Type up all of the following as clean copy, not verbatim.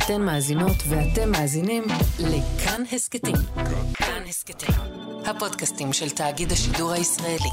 אתן מאזינות ואתם מאזינים לכאן הסקטים. כאן הסקטים, הפודקאסטים של תאגיד השידור הישראלי.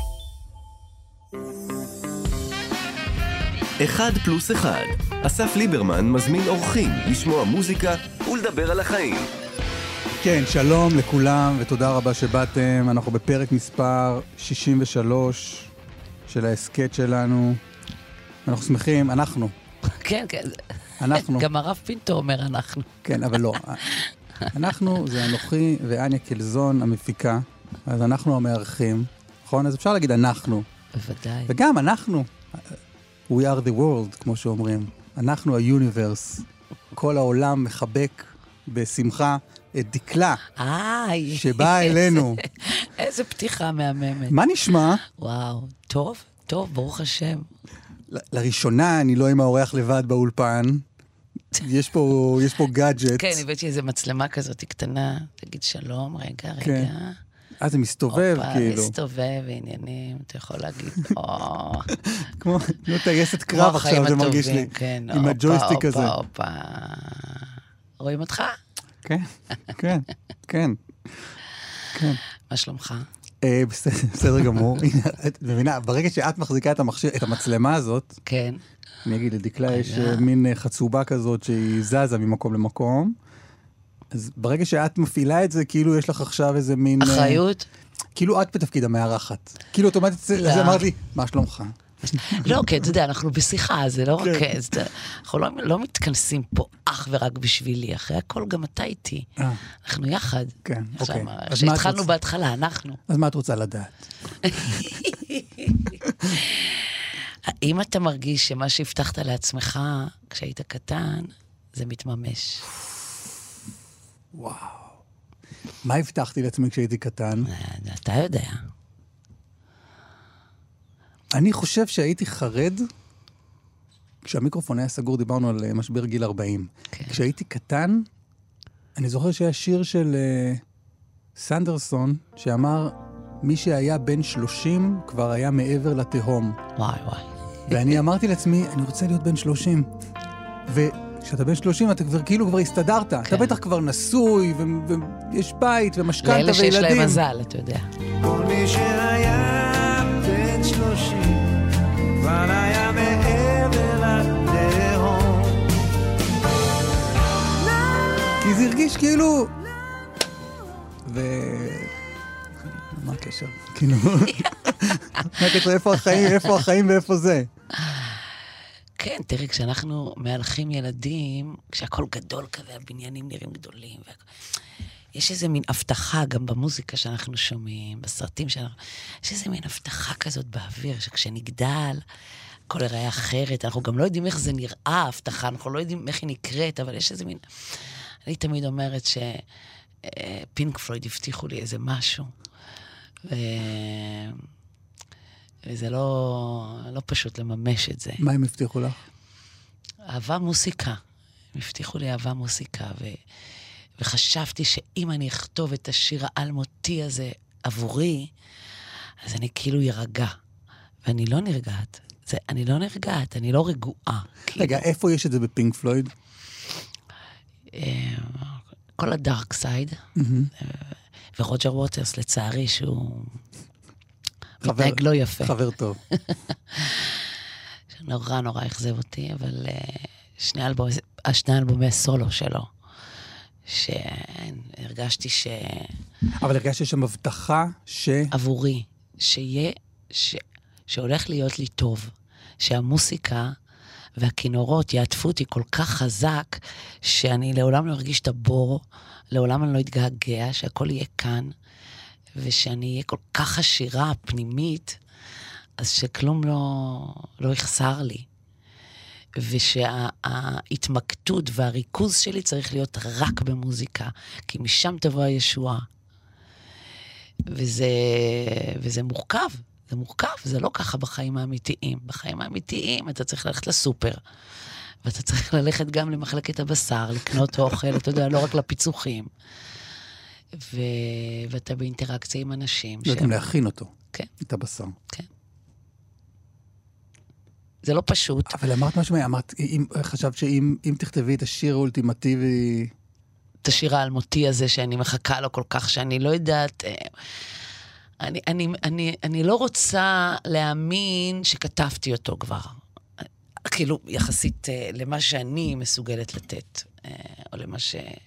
1+1. אסף ליברמן מזמין אורחים לשמוע מוזיקה ולדבר על החיים. כן, שלום לכולם ותודה רבה שבאתם. אנחנו בפרק מספר 63 של ההסקט שלנו. אנחנו שמחים, אנחנו. כן, כן. אנחנו. גם הרב פינטו אומר אנחנו. כן, אבל לא. אנחנו זה אנוכי ואניה קלזון המפיקה. אז אנחנו המארחים. נכון? אז אפשר להגיד אנחנו. בוודאי. וגם אנחנו. We are the world, כמו שאומרים. אנחנו היוניברס. כל העולם מחבק בשמחה את דקלה שבאה אלינו. איזה פתיחה מהממת. מה נשמע? וואו, טוב, טוב, ברוך השם. לראשונה אני לא עם האורח לבד באולפן. יש פה גאדג'ט. כן, הבאתי איזה מצלמה כזאת קטנה. תגיד שלום, רגע. זה מסתובב כאילו. מסתובב ועניינים, אתה יכול להגיד, כמו טייסת קרב עכשיו, זה מרגיש לי. עם הג'ויסטיק הזה. רואים אותך? כן. מה שלומך? בסדר גמור. את מבינה, ברגע שאת מחזיקה את המצלמה הזאת, כן. אני אגיד, לדקלה יש מין חצובה כזאת שהיא זזה ממקום למקום, אז ברגע שאת מפעילה את זה, כאילו יש לך עכשיו איזה מין... אחריות? כאילו את בתפקיד המארחת. כאילו אוטומטית זה אמרת לי, מה שלומך? לא, כן, אתה יודע, אנחנו בשיחה, זה לא רק... אנחנו לא מתכנסים פה אך ורק בשבילי, אחרי הכל גם אתה איתי. אנחנו יחד. כן, אוקיי. כשהתחלנו בהתחלה, אנחנו. אז מה את רוצה לדעת? האם אתה מרגיש שמה שהבטחת לעצמך כשהיית קטן, זה מתממש? וואו. מה הבטחתי לעצמי כשהייתי קטן? אתה יודע. אני חושב שהייתי חרד, כשהמיקרופון היה סגור, דיברנו על משבר גיל 40. כן. כשהייתי קטן, אני זוכר שהיה שיר של סנדרסון, שאמר, מי שהיה בן 30 כבר היה מעבר לתהום. וואי. ואני אמרתי לעצמי, אני רוצה להיות בן 30. וכשאתה בן 30, אתה כבר הסתדרת. כן. אתה בטח כבר נשוי, ויש בית, ומשכנתה וילדים. לאלה שיש להם מזל, אתה יודע. כל מי שהיה בן 30, כבר היה מעבר לתהום. כי זה הרגיש כאילו... מה הקשר? כאילו... מה הקשר? איפה החיים ואיפה זה? כן, תראי, כשאנחנו מהלכים ילדים, כשהכל גדול כזה, הבניינים נראים גדולים, יש איזה מין הבטחה גם במוזיקה שאנחנו שומעים, בסרטים שאנחנו... יש איזה מין הבטחה כזאת באוויר, שכשנגדל, הכל יראה אחרת, אנחנו גם לא יודעים איך זה נראה, ההבטחה, אנחנו לא יודעים איך היא נקראת, אבל יש איזה מין... אני תמיד אומרת שפינק פלויד הבטיחו לי איזה משהו, וזה לא פשוט לממש את זה. מה הם הבטיחו לך? אהבה מוסיקה. הם הבטיחו לי אהבה מוסיקה, וחשבתי שאם אני אכתוב את השיר האלמותי הזה עבורי, אז אני כאילו ירגע. ואני לא נרגעת. אני לא נרגעת, אני לא רגועה. רגע, איפה יש את זה בפינק פלויד? כל הדארק סייד. ורוג'ר ווטרס, לצערי, שהוא... מתנהג לא יפה. חבר טוב. נורא אכזב אותי, אבל שני אלבומי סולו שלו, שהרגשתי אבל הרגשתי שם הבטחה עבורי, שהולך להיות לי טוב, שהמוסיקה והכינורות יעטפו אותי כל כך חזק, שאני לעולם לא ארגיש את הבור, לעולם אני לא אתגעגע, שהכל יהיה כאן, ושאני אהיה כל כך עשירה פנימית, אז שכלום לא יחסר לי. ושההתמקדות והריכוז שלי צריך להיות רק במוזיקה, כי משם תבוא הישועה. וזה מורכב, זה לא ככה בחיים האמיתיים. בחיים האמיתיים אתה צריך ללכת לסופר, ואתה צריך ללכת גם למחלקת הבשר, לקנות אוכל, אתה יודע, לא רק לפיצוחים. ואתה באינטראקציה עם אנשים. גם להכין אותו. כן. את הבשר. כן. זה לא פשוט. אבל אמרת משהו, חשבת שאם תכתבי את השיר האולטימטיבי... את השיר האלמותי הזה שאני מחכה לו כל כך, שאני לא יודעת... אני לא רוצה להאמין שכתבתי אותו כבר. כאילו, יחסית למה שאני מסוגלת לתת, או למה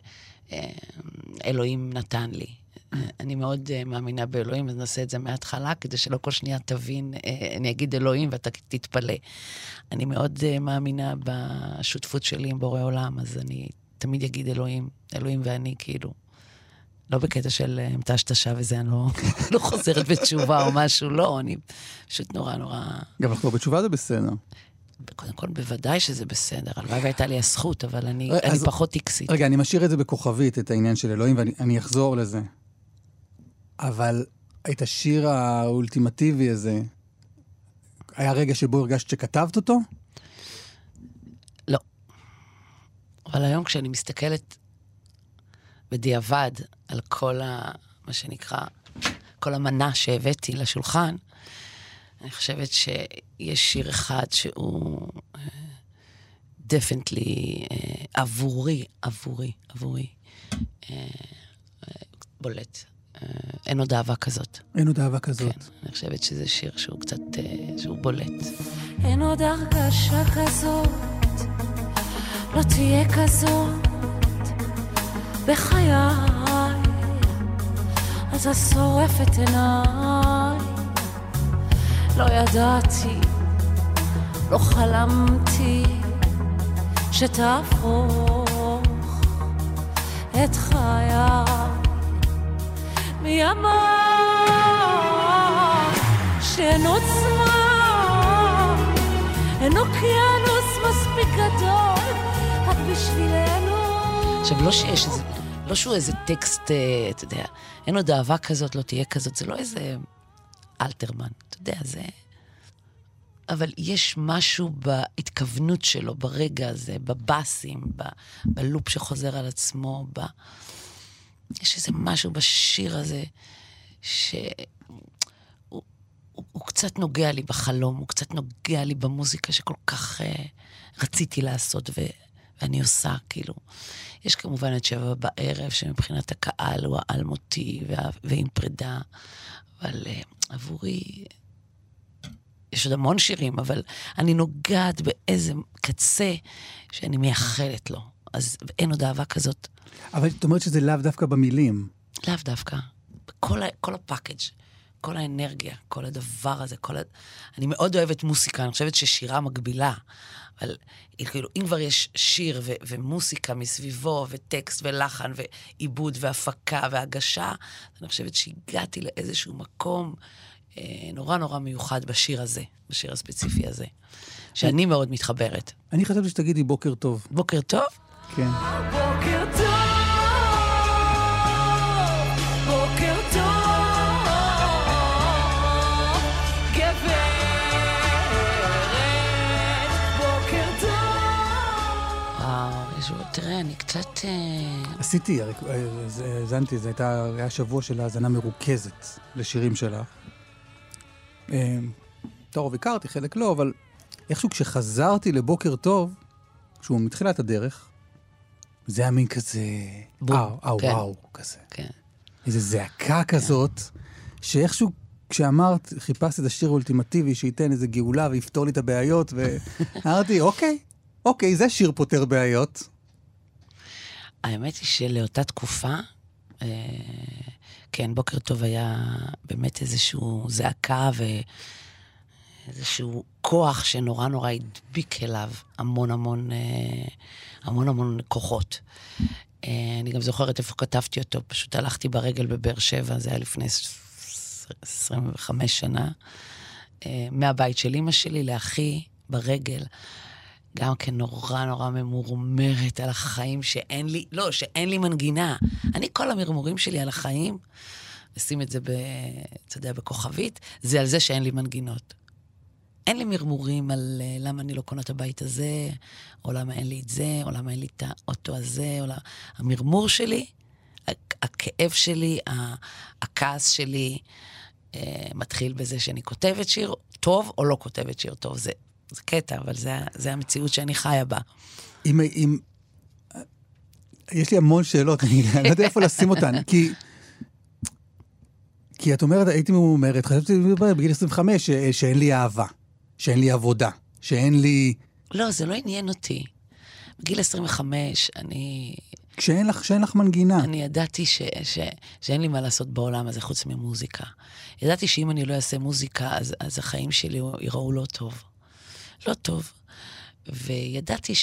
שאלוהים נתן לי. אני מאוד מאמינה באלוהים, אז נעשה את זה מההתחלה, כדי שלא כל שנייה תבין, אני אגיד אלוהים ואתה תתפלא. אני מאוד מאמינה בשותפות שלי עם בורא עולם, אז אני תמיד אגיד אלוהים, אלוהים ואני כאילו, לא בקטע של מטשטשה וזה, אני לא חוזרת בתשובה או משהו, לא, אני פשוט נורא. גם לחזור בתשובה זה בסדר. קודם כל, בוודאי שזה בסדר. הלוואי והייתה לי הזכות, אבל אני פחות טיקסית. רגע, אני משאיר את זה בכוכבית, את העניין של אלוהים, ואני אחזור לזה. אבל את השיר האולטימטיבי הזה, היה רגע שבו הרגשת שכתבת אותו? לא. אבל היום כשאני מסתכלת בדיעבד על כל מה שנקרא, כל המנה שהבאתי לשולחן, אני חושבת שיש שיר אחד שהוא definitely עבורי, בולט. אין עוד אהבה כזאת. אין עוד אהבה כזאת. כן, אני חושבת שזה שיר שהוא קצת, שהוא בולט. אין עוד הרגשה כזאת, לא תהיה כזאת בחיי, אתה שורף את עיניי, לא ידעתי, לא חלמתי שתהפוך את חיי. מי אמר שאין עוצמה, אין אוקיינוס מספיק גדול רק בשבילנו. עכשיו, לא שיש איזה, לא שהוא איזה טקסט, אתה יודע, אין עוד אהבה כזאת, לא תהיה כזאת, זה לא איזה אלתרמן, אתה יודע, זה... אבל יש משהו בהתכוונות שלו, ברגע הזה, בבאסים, בלופ שחוזר על עצמו, יש איזה משהו בשיר הזה, שהוא קצת נוגע לי בחלום, הוא קצת נוגע לי במוזיקה שכל כך רציתי לעשות, ואני עושה, כאילו. יש כמובן את 7 בערב, שמבחינת הקהל הוא האלמותי, ועם פרידה, אבל עבורי... יש עוד המון שירים, אבל אני נוגעת באיזה קצה שאני מייחלת לו. אז אין עוד אהבה כזאת. אבל זאת אומרת שזה לאו דווקא במילים. לאו דווקא. כל הפאקג', כל האנרגיה, כל הדבר הזה, אני מאוד אוהבת מוסיקה, אני חושבת ששירה מגבילה, אבל כאילו, אם כבר יש שיר ומוסיקה מסביבו, וטקסט ולחן, ועיבוד והפקה והגשה, אני חושבת שהגעתי לאיזשהו מקום נורא נורא מיוחד בשיר הזה, בשיר הספציפי הזה, שאני מאוד מתחברת. אני חשבתי שתגידי בוקר טוב. בוקר טוב? כן. בוקר טוב, בוקר טוב, גברת, בוקר טוב. וואו, תראה, אני קצת... עשיתי, זנתי, זה היה שבוע של האזנה מרוכזת לשירים שלך. טוב, הכרתי, חלק לא, אבל איכשהו כשחזרתי לבוקר טוב, כשהוא מתחילת הדרך, זה היה מין כזה... וואו, כזה. כן. איזו זעקה כזאת, שאיכשהו כשאמרת, חיפשת את השיר האולטימטיבי, שייתן איזו גאולה ויפתור לי את הבעיות, ואמרתי, אוקיי, זה שיר פותר בעיות. האמת היא שלאותה תקופה, כן, בוקר טוב היה באמת איזשהו זעקה ואיזשהו כוח שנורא נורא הדביק אליו המון כוחות. אני גם זוכרת איפה כתבתי אותו, פשוט הלכתי ברגל בבאר שבע, זה היה לפני 25 שנה, מהבית של אמא שלי לאחי ברגל, גם כן נורא ממורמרת על החיים שאין לי מנגינה. אני כל המרמורים שלי על החיים, נשים את זה אתה יודע, בכוכבית, זה על זה שאין לי מנגינות. אין לי מרמורים על למה אני לא קונה את הבית הזה, או למה אין לי את זה, או למה אין לי את האוטו הזה, או המרמור שלי, הכאב שלי, הכעס שלי, מתחיל בזה שאני כותבת שיר טוב, או לא כותבת שיר טוב. זה קטע, אבל זה המציאות שאני חיה בה. יש לי המון שאלות, אני לא יודע איפה לשים אותן, כי את אומרת, הייתי אומרת, חשבתי בגיל 25 שאין לי אהבה, שאין לי עבודה, שאין לי... לא, זה לא עניין אותי. בגיל 25, שאין לך מנגינה. אני ידעתי שאין לי מה לעשות בעולם הזה חוץ ממוזיקה. ידעתי שאם אני לא אעשה מוזיקה, אז החיים שלי יראו לא טוב. לא טוב. וידעתי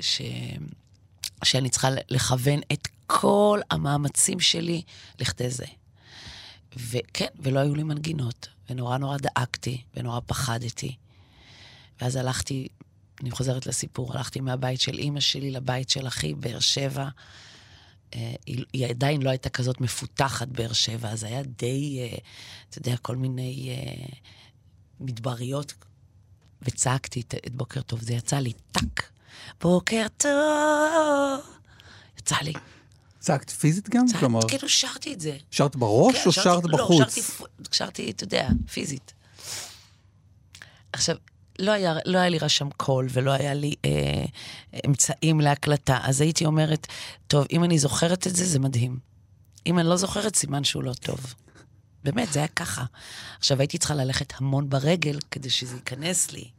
שאני צריכה לכוון את כל המאמצים שלי לכדי זה. וכן, ולא היו לי מנגינות. ונורא נורא דאגתי, ונורא פחדתי. ואז הלכתי, אני חוזרת לסיפור, הלכתי מהבית של אמא שלי לבית של אחי, באר שבע. היא עדיין לא הייתה כזאת מפותחת באר שבע, אז היה די, אתה יודע, כל מיני מדבריות, וצעקתי את בוקר טוב, זה יצא לי, טק, בוקר טוב, יצא לי. צעקת פיזית גם? כלומר... כאילו שרתי את זה. שרת בראש או שרת בחוץ? לא, שרתי, אתה יודע, פיזית. עכשיו, לא היה לי רשם קול, ולא היה לי אמצעים להקלטה, אז הייתי אומרת, טוב, אם אני זוכרת את זה, זה מדהים. אם אני לא זוכרת, סימן שהוא לא טוב. באמת, זה היה ככה. עכשיו, הייתי צריכה ללכת המון ברגל, כדי שזה ייכנס לי.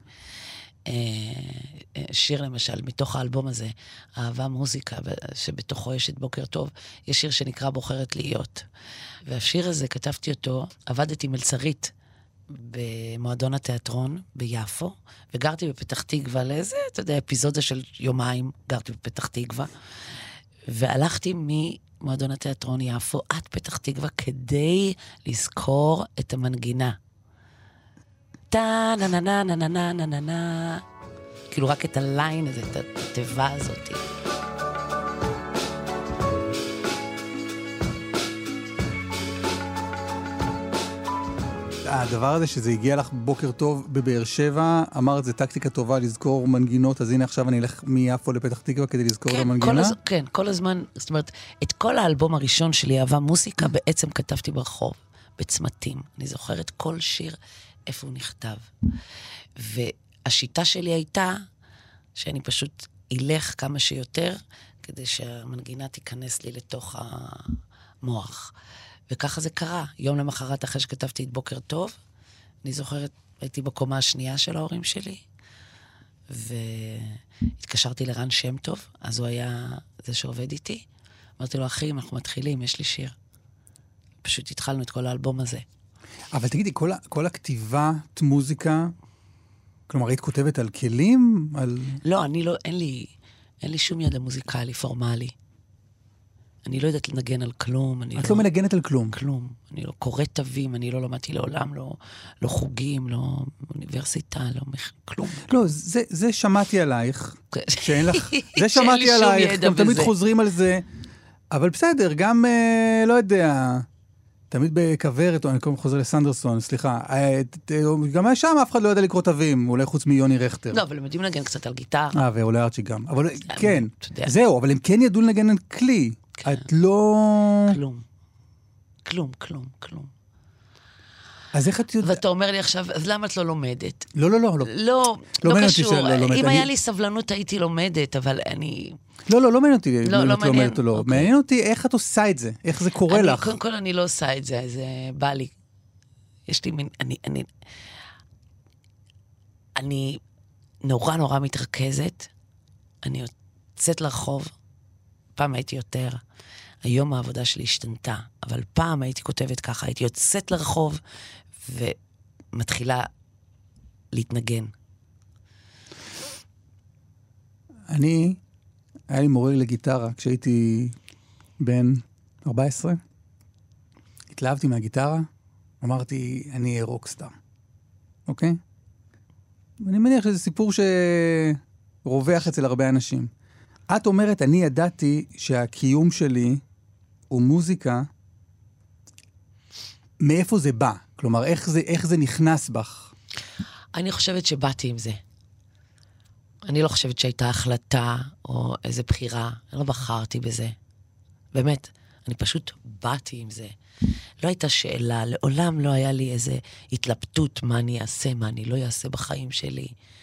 שיר למשל, מתוך האלבום הזה, אהבה מוזיקה, שבתוכו יש את בוקר טוב, יש שיר שנקרא בוחרת להיות. והשיר הזה, כתבתי אותו, עבדתי מלצרית, במועדון התיאטרון ביפו, וגרתי בפתח תקווה לאיזה, אתה יודע, אפיזודה של יומיים, גרתי בפתח תקווה, והלכתי ממועדון התיאטרון יפו עד פתח תקווה כדי לזכור את המנגינה. טה נה נה נה נה נה נה נה נה, כאילו רק את הליין הזה, את התיבה הזאת. הדבר הזה שזה הגיע לך בוקר טוב בבאר שבע, אמרת, זה טקטיקה טובה לזכור מנגינות, אז הנה עכשיו אני אלך מיפו לפתח תקווה כדי לזכור את המנגינה? כן, כל הזמן, זאת אומרת, את כל האלבום הראשון שלי, אהבה מוסיקה, בעצם כתבתי ברחוב, בצמתים. אני זוכרת כל שיר, איפה הוא נכתב. והשיטה שלי הייתה, שאני פשוט אלך כמה שיותר, כדי שהמנגינה תיכנס לי לתוך המוח. וככה זה קרה. יום למחרת אחרי שכתבתי את בוקר טוב, אני זוכרת, הייתי בקומה השנייה של ההורים שלי, והתקשרתי לרן שם טוב, אז הוא היה זה שעובד איתי. אמרתי לו, אחי, אנחנו מתחילים, יש לי שיר. פשוט התחלנו את כל האלבום הזה. אבל תגידי, כל הכתיבה, מוזיקה, כלומר, היית כותבת על כלים? לא, אין לי שום ידע מוזיקלי, פורמלי. אני לא יודעת לנגן על כלום. את לא מנגנת על כלום? כלום. אני לא קוראת תווים, אני לא למדתי לעולם, לא חוגים, לא אוניברסיטה, לא כלום. לא, זה שמעתי עלייך, שאין לך, זה שמעתי עלייך, גם תמיד חוזרים על זה, אבל בסדר, גם, לא יודע, תמיד בכוורת, או אני קודם חוזר לסנדרסון, סליחה, גם היה שם אף אחד לא יודע לקרוא תווים, אולי חוץ מיוני רכטר. לא, אבל הם יודעים לנגן קצת על גיטרה. ואולי ארצ'י גם. אבל כן, זהו, אבל הם כן ידעו לנגן על כלי. את לא... כלום. אז איך את יודעת? ואתה אומר לי עכשיו, אז למה את לא לומדת? לא. לא קשור. אם היה לי סבלנות הייתי לומדת, אבל אני... לא מעניין אותי אם את לומדת או לא. מעניין אותי איך את עושה את זה, איך זה קורה לך. קודם כל אני לא עושה את זה, זה בא לי. יש לי מין... אני נורא מתרכזת, אני יוצאת לרחוב, פעם הייתי יותר, היום העבודה שלי השתנתה, אבל פעם הייתי כותבת ככה, הייתי יוצאת לרחוב ומתחילה להתנגן. היה לי מורה לגיטרה כשהייתי בן 14, התלהבתי מהגיטרה, אמרתי, אני אהיה רוקסטאר, אוקיי? ואני מניח שזה סיפור שרווח אצל הרבה אנשים. את אומרת, אני ידעתי שהקיום שלי הוא מוזיקה, מאיפה זה בא? כלומר, איך זה נכנס בך? אני חושבת שבאתי עם זה. אני לא חושבת שהייתה החלטה או איזו בחירה. אני לא בחרתי בזה. באמת, אני פשוט באתי עם זה. לא הייתה שאלה, לעולם לא היה לי איזו התלבטות מה אני אעשה, מה אני לא אעשה בחיים שלי.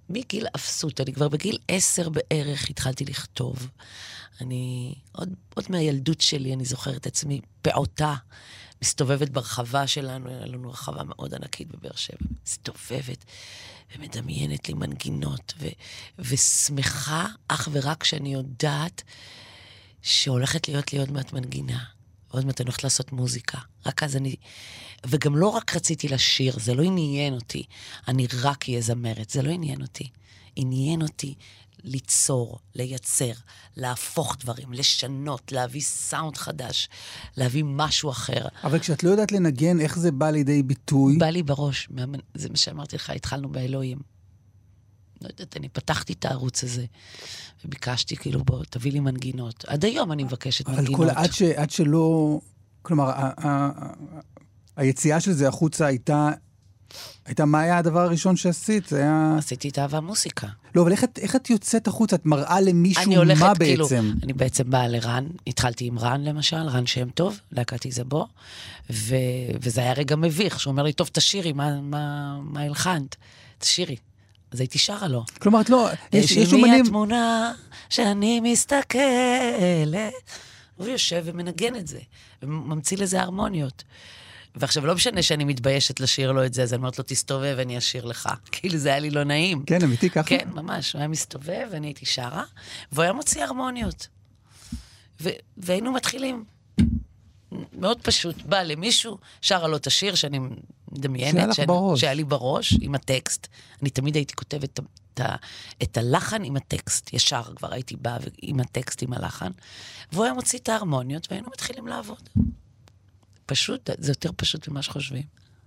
מגיל אפסות, אני כבר בגיל 10 בערך התחלתי לכתוב. עוד מהילדות שלי, אני זוכרת עצמי פעוטה, מסתובבת ברחבה שלנו, היה לנו רחבה מאוד ענקית בבאר שבע, מסתובבת ומדמיינת לי מנגינות, ושמחה אך ורק שאני יודעת שהולכת להיות לי עוד מעט מנגינה, עוד מעט אני הולכת לעשות מוזיקה. רק אז וגם לא רק רציתי לשיר, זה לא עניין אותי, אני רק אהיה זמרת, זה לא עניין אותי. עניין אותי ליצור, לייצר, להפוך דברים, לשנות, להביא סאונד חדש, להביא משהו אחר. אבל כשאת לא יודעת לנגן, איך זה בא לידי ביטוי? בא לי בראש, זה מה שאמרתי לך, התחלנו באלוהים. לא יודעת, אני פתחתי את הערוץ הזה, וביקשתי כאילו, בוא, תביא לי מנגינות. עד היום אני מבקשת מנגינות. אבל עד שלא, כלומר, היציאה של זה החוצה הייתה, מה היה הדבר הראשון שעשית? זה היה... עשיתי את אהבה מוסיקה. לא, אבל איך את יוצאת החוצה? את מראה למישהו מה בעצם? אני בעצם באה לרן, התחלתי עם רן למשל, רן שם טוב, להקעתי זה בו, וזה היה רגע מביך, שהוא אומר לי, טוב, תשירי, מה הלחנת? תשירי. אז הייתי שרה לו. כלומר, את לא... יש אומנים... התמונה שאני מסתכלת, הוא יושב ומנגן את זה, וממציא לזה הרמוניות. ועכשיו לא משנה שאני מתביישת לשיר לו את זה, אז אני אומרת לו, תסתובב ואני אשיר לך. כאילו זה היה לי לא נעים. כן, אמיתי ככה? כן, ממש. הוא היה מסתובב ואני הייתי שרה, והוא היה מוציא הרמוניות. והיינו מתחילים. מאוד פשוט. בא למישהו, שרה לו את השיר שאני מדמיינת. שהיה לי בראש, עם הטקסט. אני תמיד הייתי כותבת את הלחן עם הטקסט. ישר כבר הייתי באה עם הטקסט, עם הלחן. והוא היה מוציא את ההרמוניות, והיינו מתחילים לעבוד. פשוט, זה יותר פשוט ממה שחושבים.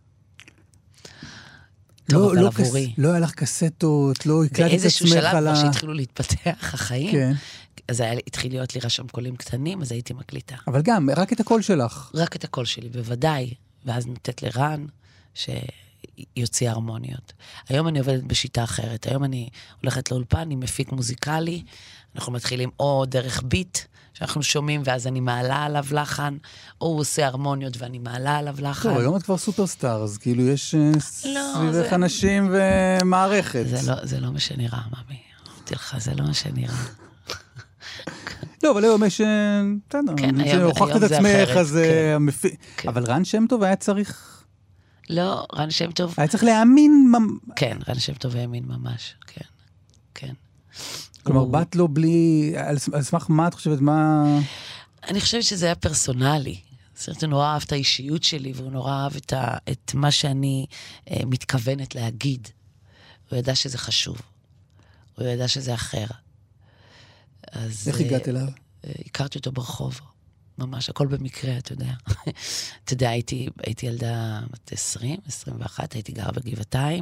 טוב, אבל עבורי. לא היה לך קסטות, לא הקלטת את עצמך על באיזשהו שלב, כמו שהתחילו להתפתח החיים, כן. אז התחיל להיות לי רשם קולים קטנים, אז הייתי מקליטה. אבל גם, רק את הקול שלך. רק את הקול שלי, בוודאי. ואז נותנת לרן, שיוציא הרמוניות. היום אני עובדת בשיטה אחרת. היום אני הולכת לאולפן עם מפיק מוזיקלי, אנחנו מתחילים או דרך ביט, שאנחנו שומעים, ואז אני מעלה עליו לחן, או הוא עושה הרמוניות ואני מעלה עליו לחן. טוב, היום את כבר סופרסטאר, אז כאילו יש סביבך אנשים ומערכת. זה לא מה שנראה, מאמי. אמרתי לך, זה לא מה שנראה. לא, אבל היום יש... כן, היום זה אחרת. אבל רן שם טוב היה צריך... לא, רן שם טוב... היה צריך להאמין... כן, רן שם טוב האמין ממש, כן. כן. כלומר, בת לו בלי... על סמך מה את חושבת, מה... אני חושבת שזה היה פרסונלי. זאת אומרת, הוא נורא אהב את האישיות שלי, והוא נורא אהב את מה שאני מתכוונת להגיד. הוא ידע שזה חשוב. הוא ידע שזה אחר. איך הגעת אליו? הכרתי אותו ברחוב. ממש, הכל במקרה, אתה יודע. אתה יודע, הייתי ילדה בת 20, 21, הייתי גרה בגבעתיים.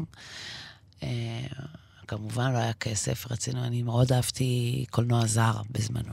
כמובן לא היה כסף, אני מאוד אהבתי קולנוע זר בזמנו.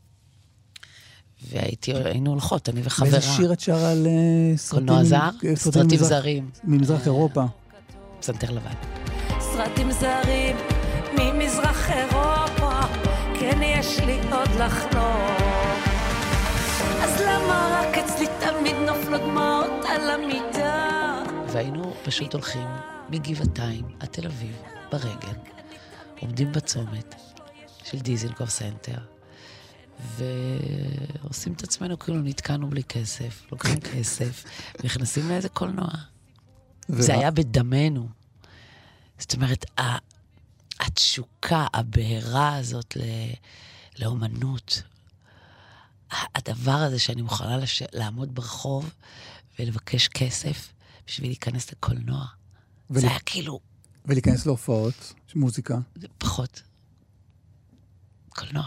והיינו הולכות, אני וחברה. באיזה שיר את שרה על קולנוע זר? סרטים זרים. ממזרח אירופה. פסנתר לבן. סרטים זרים ממזרח אירופה, כן יש לי עוד לחלום. אז למה רק אצלי תמיד נופלות דמעות על המיטה? והיינו פשוט הולכים מגבעתיים עד תל אביב ברגל, עומדים בצומת של דיזינגוף סנטר, ועושים את עצמנו כאילו נתקענו בלי כסף, לוקחים כסף, נכנסים לאיזה קולנוע. זה היה בדמנו. זאת אומרת, התשוקה, הבהרה הזאת לאומנות, הדבר הזה שאני מוכנה לעמוד ברחוב ולבקש כסף בשביל להיכנס לקולנוע. זה היה כאילו... ולהיכנס להופעות, מוזיקה. פחות. קולנוע.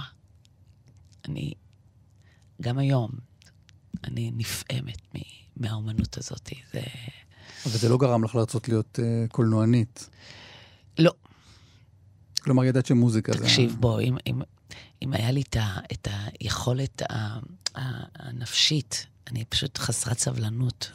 גם היום, אני נפעמת מהאומנות הזאת. אבל זה לא גרם לך לרצות להיות קולנוענית. לא. כלומר, ידעת שמוזיקה זה... תקשיב, בוא, אם היה לי את היכולת הנפשית, אני פשוט חסרת סבלנות.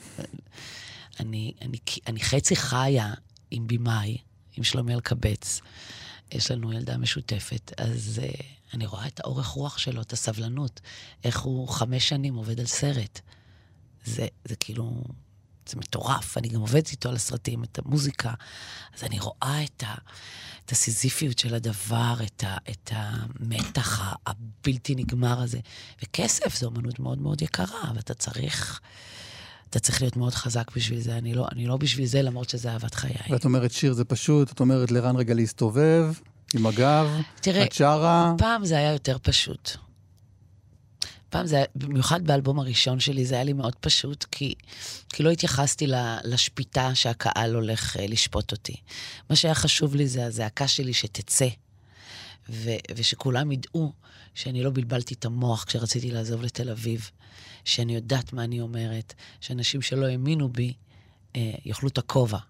אני חצי חיה עם בימאי, עם שלומי אלקבץ. יש לנו ילדה משותפת, אז אני רואה את האורך רוח שלו, את הסבלנות, איך הוא 5 שנים עובד על סרט. זה כאילו זה מטורף, אני גם עובדת איתו על הסרטים, את המוזיקה, אז אני רואה את הסיזיפיות של הדבר, את המתח הבלתי נגמר הזה. וכסף זו אומנות מאוד מאוד יקרה, ואתה צריך להיות מאוד חזק בשביל זה. אני לא בשביל זה, למרות שזה אהבת חיי. ואת אומרת שיר זה פשוט, את אומרת לרן רגע להסתובב, עם הגב, את שרה. פעם זה היה יותר פשוט. פעם זה היה, במיוחד באלבום הראשון שלי, זה היה לי מאוד פשוט, כי לא התייחסתי לשפיטה שהקהל הולך לשפוט אותי. מה שהיה חשוב לי זה הזעקה שלי שתצא, ושכולם ידעו שאני לא בלבלתי את המוח כשרציתי לעזוב לתל אביב, שאני יודעת מה אני אומרת, שאנשים שלא האמינו בי יאכלו את הכובע.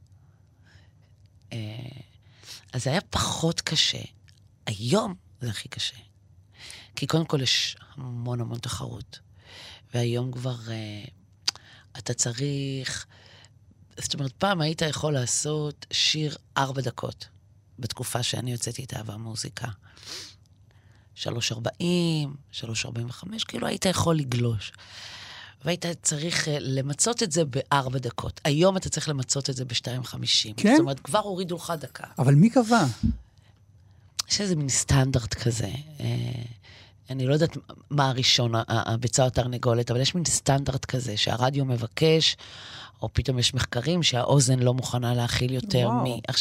אז זה היה פחות קשה. היום זה הכי קשה. כי קודם כל יש המון המון תחרות. והיום כבר אתה צריך... זאת אומרת, פעם היית יכול לעשות שיר 4 דקות, בתקופה שאני יוצאתי את אהבה מוזיקה. 3:40, 3:45, כאילו היית יכול לגלוש. והיית צריך למצות את זה ב4 דקות. היום אתה צריך למצות את זה ב2:50. כן? זאת אומרת, כבר הורידו לך דקה. אבל מי קבע? יש איזה מין סטנדרט כזה. אני לא יודעת מה הראשון, הביצה או תרנגולת, אבל יש מין סטנדרט כזה, שהרדיו מבקש, או פתאום יש מחקרים שהאוזן לא מוכנה להכיל יותר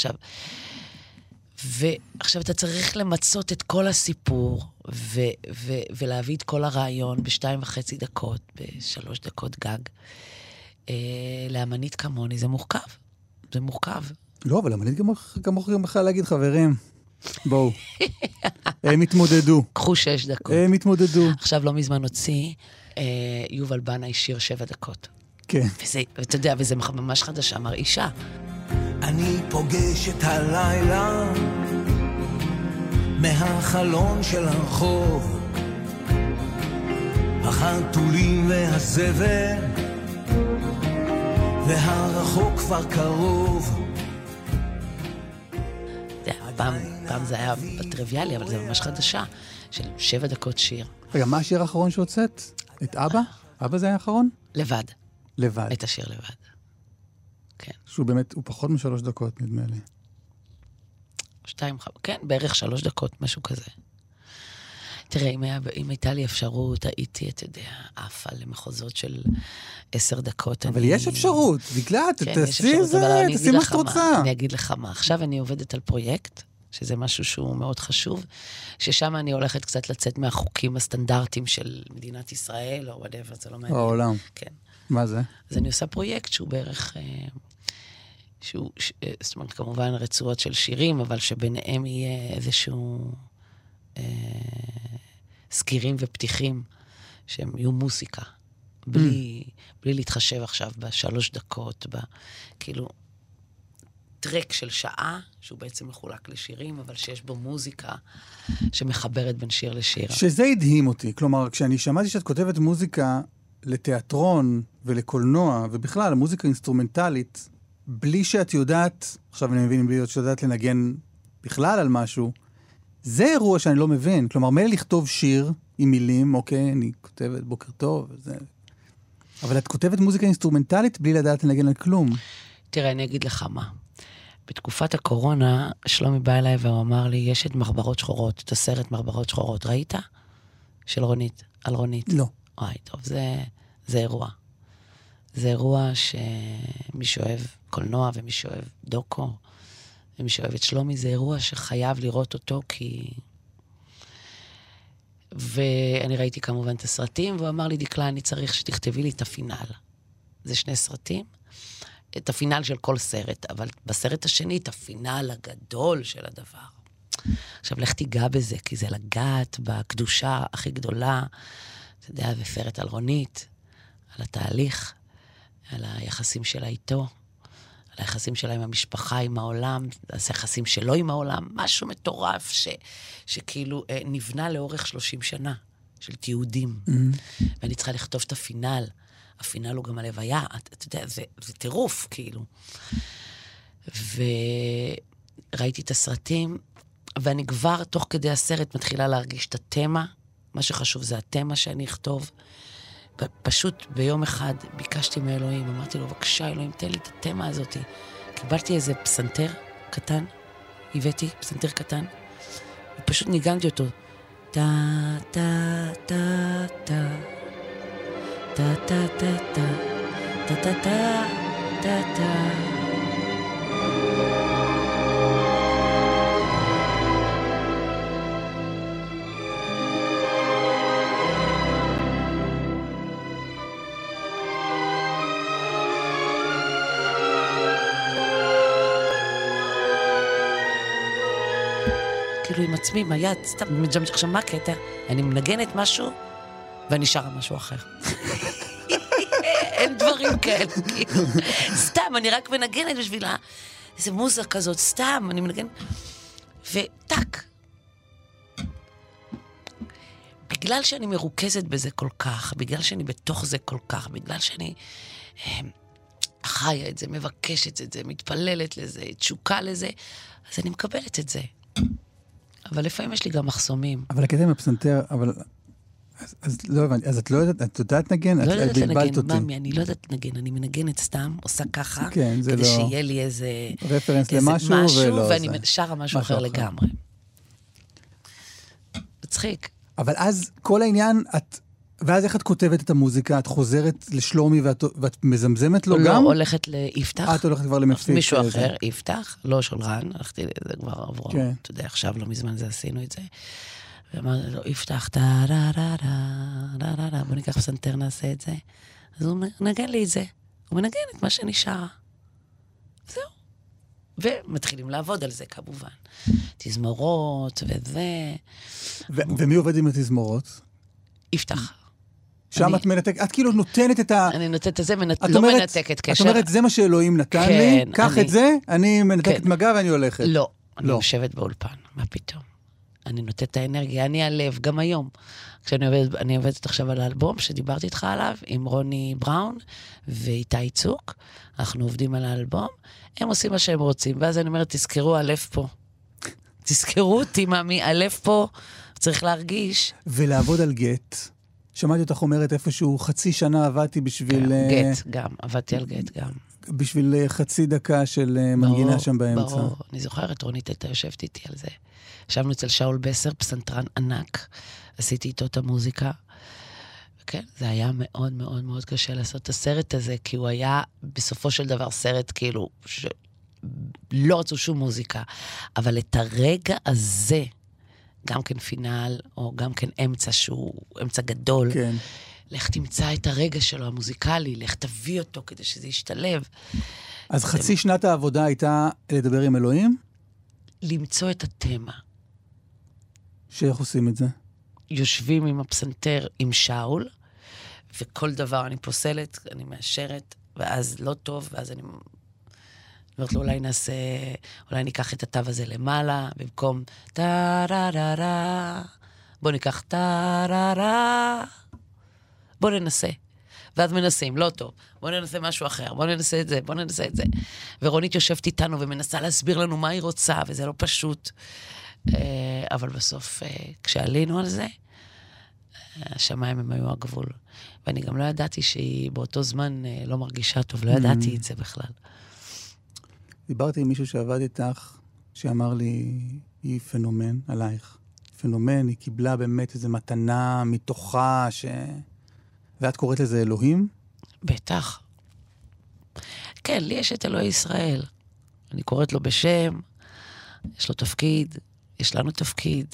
ועכשיו אתה צריך למצות את כל הסיפור, ולהביא את כל הרעיון ב2.5 דקות, ב3 דקות גג. לאמנית כמוני זה מורכב. זה מורכב. לא, אבל אמנית גם יכולה להגיד, חברים, בואו. הם התמודדו. קחו 6 דקות. הם התמודדו. עכשיו לא מזמן הוציא, יובל בנאי שיר 7 דקות. כן. ואתה יודע, וזה ממש חדשה, מרעישה. אני פוגש את הלילה מהחלון של הרחוב, החתולים והזבל, והרחוק כבר קרוב. פעם זה היה טריוויאלי, אבל זה ממש חדשה, של 7 דקות שיר. רגע, מה השיר האחרון שהוצאת? את אבא? אבא זה היה האחרון? לבד. לבד. את השיר לבד. כן. שהוא באמת, הוא פחות מ3 דקות, נדמה לי. 2, כן, בערך 3 דקות, משהו כזה. תראה, אם הייתה לי אפשרות, הייתי, אתה יודע, עפה למחוזות של 10 דקות. אבל יש אפשרות, דקלט, תעשי מה שאת רוצה. אני אגיד לך מה. עכשיו אני עובדת על פרויקט, שזה משהו שהוא מאוד חשוב, ששם אני הולכת קצת לצאת מהחוקים הסטנדרטיים של מדינת ישראל, או whatever, זה לא מעניין. העולם. כן. מה זה? אז אני עושה פרויקט שהוא בערך, זאת אומרת, כמובן רצועות של שירים, אבל שביניהם יהיה איזשהו סגירים ופתיחים, שהם יהיו מוסיקה, בלי להתחשב עכשיו ב3 דקות, כאילו, טרק של שעה, שהוא בעצם מחולק לשירים, אבל שיש בו מוזיקה שמחברת בין שיר לשיר. שזה הדהים אותי. כלומר, כשאני שמעתי שאת כותבת מוזיקה לתיאטרון ולקולנוע, ובכלל, המוזיקה אינסטרומנטלית, בלי שאת יודעת, עכשיו אני מבין, בלי שאת יודעת לנגן בכלל על משהו, זה אירוע שאני לא מבין. כלומר, מילא לכתוב שיר עם מילים, אוקיי, אני כותבת בוקר טוב, וזה... אבל את כותבת מוזיקה אינסטרומנטלית בלי לדעת לנגן על כלום. תראה, אני אגיד לך מה. בתקופת הקורונה, שלומי בא אליי והוא אמר לי, יש את מחברות שחורות, את הסרט מחברות שחורות. ראית? של רונית, על רונית. לא. וואי, טוב, זה אירוע. זה אירוע שמי שאוהב קולנוע ומי שאוהב דוקו, ומי שאוהב את שלומי, זה אירוע שחייב לראות אותו, כי... ואני ראיתי כמובן את הסרטים, והוא אמר לי, דקלה, אני צריך שתכתבי לי את הפינל. זה 2 סרטים. את הפינל של כל סרט, אבל בסרט השני, את הפינל הגדול של הדבר. עכשיו, לך תיגע בזה, כי זה לגעת בקדושה הכי גדולה, אתה יודע, זה סרט על רונית, על התהליך, על היחסים שלה איתו, על היחסים שלה עם המשפחה, עם העולם, על היחסים שלו עם העולם, משהו מטורף שכאילו נבנה לאורך 30 שנה, של תיעודים. ואני צריכה לכתוב את הפינל. הפינל הוא גם הלוויה, אתה יודע, זה טירוף, כאילו. וראיתי את הסרטים, ואני כבר תוך כדי הסרט מתחילה להרגיש את התמה, מה שחשוב זה התמה שאני אכתוב, פשוט ביום אחד ביקשתי מאלוהים, אמרתי לו, בבקשה אלוהים, תן לי את התמה הזאת. קיבלתי איזה פסנתר קטן, הבאתי פסנתר קטן, ופשוט ניגנתי אותו. טה, טה, טה, טה, טה, טה, טה, טה, טה, טה, טה, טה, טה. כאילו עם עצמי, עם היד, סתם, מג'משך עכשיו מה הקטע? אני מנגנת משהו, ואני שרה משהו אחר. אין דברים כאלה, כאילו. סתם, אני רק מנגנת בשבילה. איזה מוזיקה כזאת, סתם, אני מנגנת. וטק. בגלל שאני מרוכזת בזה כל כך, בגלל שאני בתוך זה כל כך, בגלל שאני חיה את זה, מבקשת את זה, מתפללת לזה, תשוקה לזה, אז אני מקבלת את זה. אבל לפעמים יש לי גם מחסומים. אבל הקטע עם הפסנתר, אבל... אז לא הבנתי, אז את לא יודעת, את יודעת נגן? לא יודעת לנגן, ממי, אני לא יודעת לנגן, אני מנגנת סתם, עושה ככה, כדי שיהיה לי איזה... רפרנס למשהו ולא... ואני שרה משהו אחר לגמרי. מצחיק. אבל אז כל העניין, ואז איך את כותבת את המוזיקה? את חוזרת לשלומי ואת מזמזמת לו גם? לא, הולכת ליפתח. את הולכת כבר למפיק. מישהו אחר, יפתח, לא שולרן, הלכתי לזה כבר עברו. אתה יודע, עכשיו לא מזמן זה עשינו את זה. ואמרתי לו, יפתח, בוא ניקח פסנתר, נעשה את זה. אז הוא מנגן לי את זה. הוא מנגן את מה שנשאר. זהו. ומתחילים לעבוד על זה, כמובן. תזמורות וזה. ומי עובד עם התזמורות? יפתח. שם את מנתקת, את כאילו נותנת את ה... אני נותנת את זה, לא מנתקת קשר. את אומרת, זה מה שאלוהים נתן לי, קח את זה, אני מנתקת מגע ואני הולכת. לא, אני יושבת באולפן, מה פתאום? אני נותנת את האנרגיה, אני הלב, גם היום. כשאני עובדת עכשיו על האלבום, שדיברתי איתך עליו, עם רוני בראון ואיתי צוק, אנחנו עובדים על האלבום, הם עושים מה שהם רוצים, ואז אני אומרת, תזכרו, הלב פה. תזכרו אותי, מאמי, הלב פה, צריך להרגיש. ולעבוד על גט. שמעתי אותך אומרת איפשהו, חצי שנה עבדתי בשביל... גט, גם, עבדתי על גט גם. בשביל חצי דקה של מנגינה שם באמצע. ברור, אני זוכרת, רונית הייתה יושבת איתי על זה. ישבנו אצל שאול בסר, פסנתרן ענק, עשיתי איתו את המוזיקה. כן, זה היה מאוד מאוד מאוד קשה לעשות את הסרט הזה, כי הוא היה בסופו של דבר סרט כאילו, לא רצו שום מוזיקה. אבל את הרגע הזה, גם כן פינל, או גם כן אמצע שהוא אמצע גדול, כן. לך תמצא את הרגע שלו, המוזיקלי, לך תביא אותו כדי שזה ישתלב. אז חצי שנת העבודה הייתה לדבר עם אלוהים? למצוא את התמה. שאיך עושים את זה? יושבים עם הפסנתר, עם שאול, וכל דבר אני פוסלת, אני מאשרת, ואז לא טוב, ואז אני אומרת לו, אולי ניקח את התו הזה למעלה, במקום טה-רה-רה-רה, בוא ניקח טה-רה-רה, בוא ננסה. ואז מנסים, לא טוב, בוא ננסה משהו אחר, בוא ננסה את זה, בוא ננסה את זה. ורונית יושבת איתנו ומנסה להסביר לנו מה היא רוצה, וזה לא פשוט. אבל בסוף, כשעלינו על זה, השמיים הם היו הגבול. ואני גם לא ידעתי שהיא באותו זמן לא מרגישה טוב, לא ידעתי את זה בכלל. דיברתי עם מישהו שעבד איתך, שאמר לי, היא פנומן עלייך. פנומן, היא קיבלה באמת איזו מתנה מתוכה, ואת קוראת לזה אלוהים? בטח. כן, לי יש את אלוהי ישראל. אני קוראת לו בשם, יש לו תפקיד, יש לנו תפקיד.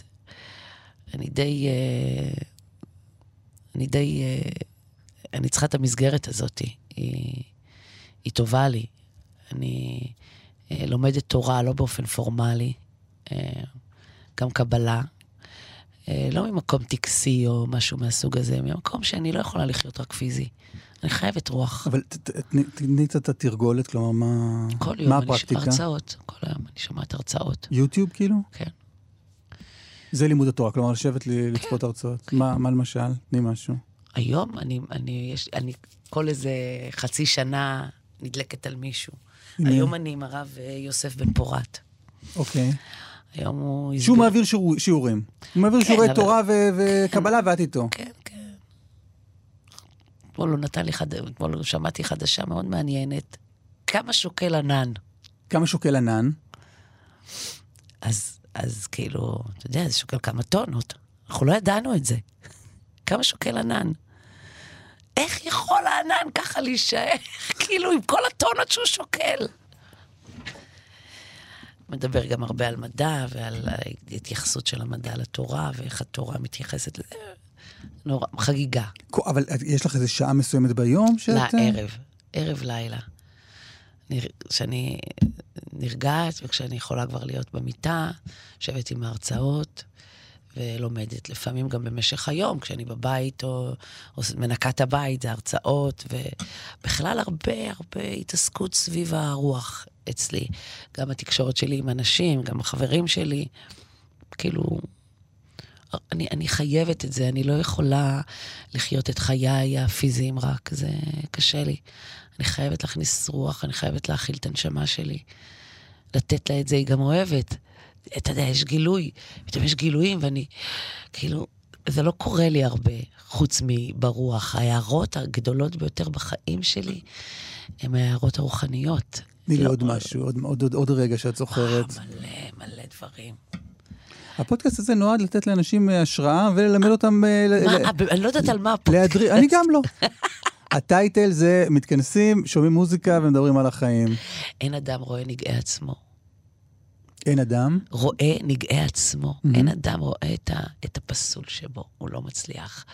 אני צריכה את המסגרת הזאת. היא טובה לי. אני לומדת תורה, לא באופן פורמלי. גם קבלה. לא ממקום טקסי או משהו מהסוג הזה, ממקום שאני לא יכולה לחיות רק פיזי. אני חייבת רוח. אבל תתני קצת התרגולת, כלומר, מה הפרקטיקה? הרצאות, כל היום אני שומעת הרצאות. יוטיוב כאילו? כן. זה לימוד התורה, כלומר, לשבת לצפות הרצאות. מה למשל? תני משהו. היום אני כל איזה חצי שנה נדלקת על מישהו. היום אני עם הרב יוסף בן פורת. אוקיי. היום הוא... שהוא מעביר שיעורים. הוא מעביר שיעורי תורה וקבלה ואת איתו. כן, כן. אתמול שמעתי חדשה מאוד מעניינת. כמה שוקל ענן? כמה שוקל ענן? אז כאילו, אתה יודע, זה שוקל כמה טונות. אנחנו לא ידענו את זה. כמה שוקל ענן? איך יכול הענן ככה להישאר? כאילו, עם כל הטונות שהוא שוקל. מדבר גם הרבה על מדע, ועל ההתייחסות של המדע לתורה, ואיך התורה מתייחסת לזה. נורא, חגיגה. אבל יש לך איזו שעה מסוימת ביום שאת... ערב לילה. כשאני נרגעת, וכשאני יכולה כבר להיות במיטה, יושבת עם ההרצאות, ולומדת. לפעמים גם במשך היום, כשאני בבית, או מנקת הבית, זה הרצאות, ובכלל הרבה התעסקות סביב הרוח אצלי. גם התקשורת שלי עם אנשים, גם החברים שלי. כאילו, אני חייבת את זה, אני לא יכולה לחיות את חיי הפיזיים רק, זה קשה לי. אני חייבת להכניס רוח, אני חייבת להכיל את הנשמה שלי. לתת לה את זה, היא גם אוהבת. אתה יודע, יש גילוי, פתאום יש גילויים, ואני, כאילו, זה לא קורה לי הרבה, חוץ מברוח. ההערות הגדולות ביותר בחיים שלי, הן ההערות הרוחניות. תני לי עוד משהו, עוד רגע שאת זוכרת. מלא דברים. הפודקאסט הזה נועד לתת לאנשים השראה, וללמד אותם... אני לא יודעת על מה הפודקאסט. אני גם לא. הטייטל זה מתכנסים, שומעים מוזיקה ומדברים על החיים. אין אדם רואה נגעי עצמו. אין אדם? רואה נגעי עצמו. אין אדם רואה את הפסול שבו. הוא לא מצליח.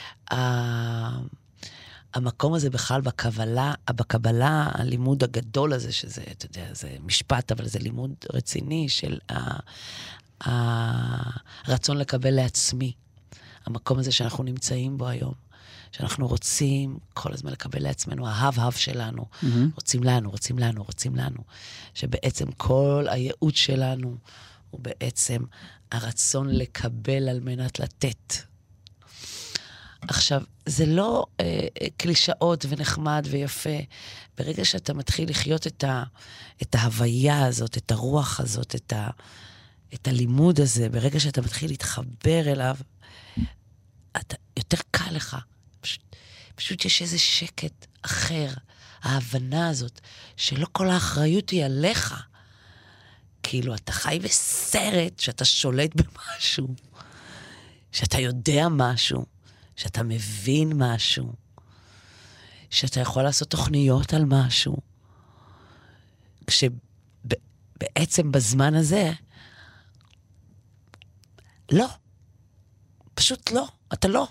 המקום הזה בכלל בקבלה, הלימוד הגדול הזה, שזה, אתה יודע, זה משפט, אבל זה לימוד רציני של הרצון לקבל לעצמי. המקום הזה שאנחנו נמצאים בו היום. שאנחנו רוצים כל הזמן לקבל לעצמנו, ההב שלנו, רוצים לנו, שבעצם כל הייעוד שלנו הוא בעצם הרצון לקבל על מנת לתת. עכשיו, זה לא קלישאות ונחמד ויפה. ברגע שאתה מתחיל לחיות את ההוויה הזאת, את הרוח הזאת, את הלימוד הזה, ברגע שאתה מתחיל להתחבר אליו, יותר קל לך. פשוט יש איזה שקט אחר, ההבנה הזאת, שלא כל האחריות היא עליך. כאילו, אתה חי בסרט שאתה שולט במשהו, שאתה יודע משהו, שאתה מבין משהו, שאתה יכול לעשות תוכניות על משהו, כשבעצם בזמן הזה, לא. פשוט לא. אתה לא.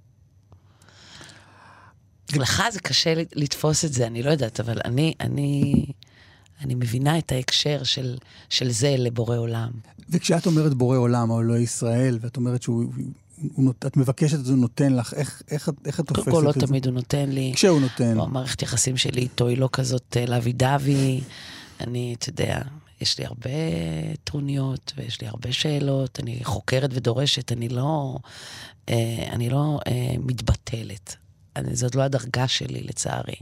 לך זה קשה לתפוס את זה, אני לא יודעת, אבל אני מבינה את ההקשר של זה לבורא עולם. וכשאת אומרת בורא עולם, או לא ישראל, ואת אומרת את מבקשת את זה, הוא נותן לך, איך את תופסת את זה? קודם כל לא תמיד הוא נותן לי. כשהוא נותן. המערכת יחסים שלי איתו היא לא כזאת לוי-דווי. אני, אתה יודע, יש לי הרבה טרוניות, ויש לי הרבה שאלות, אני חוקרת ודורשת, אני לא מתבטלת. זאת לא הדרגה שלי, לצערי.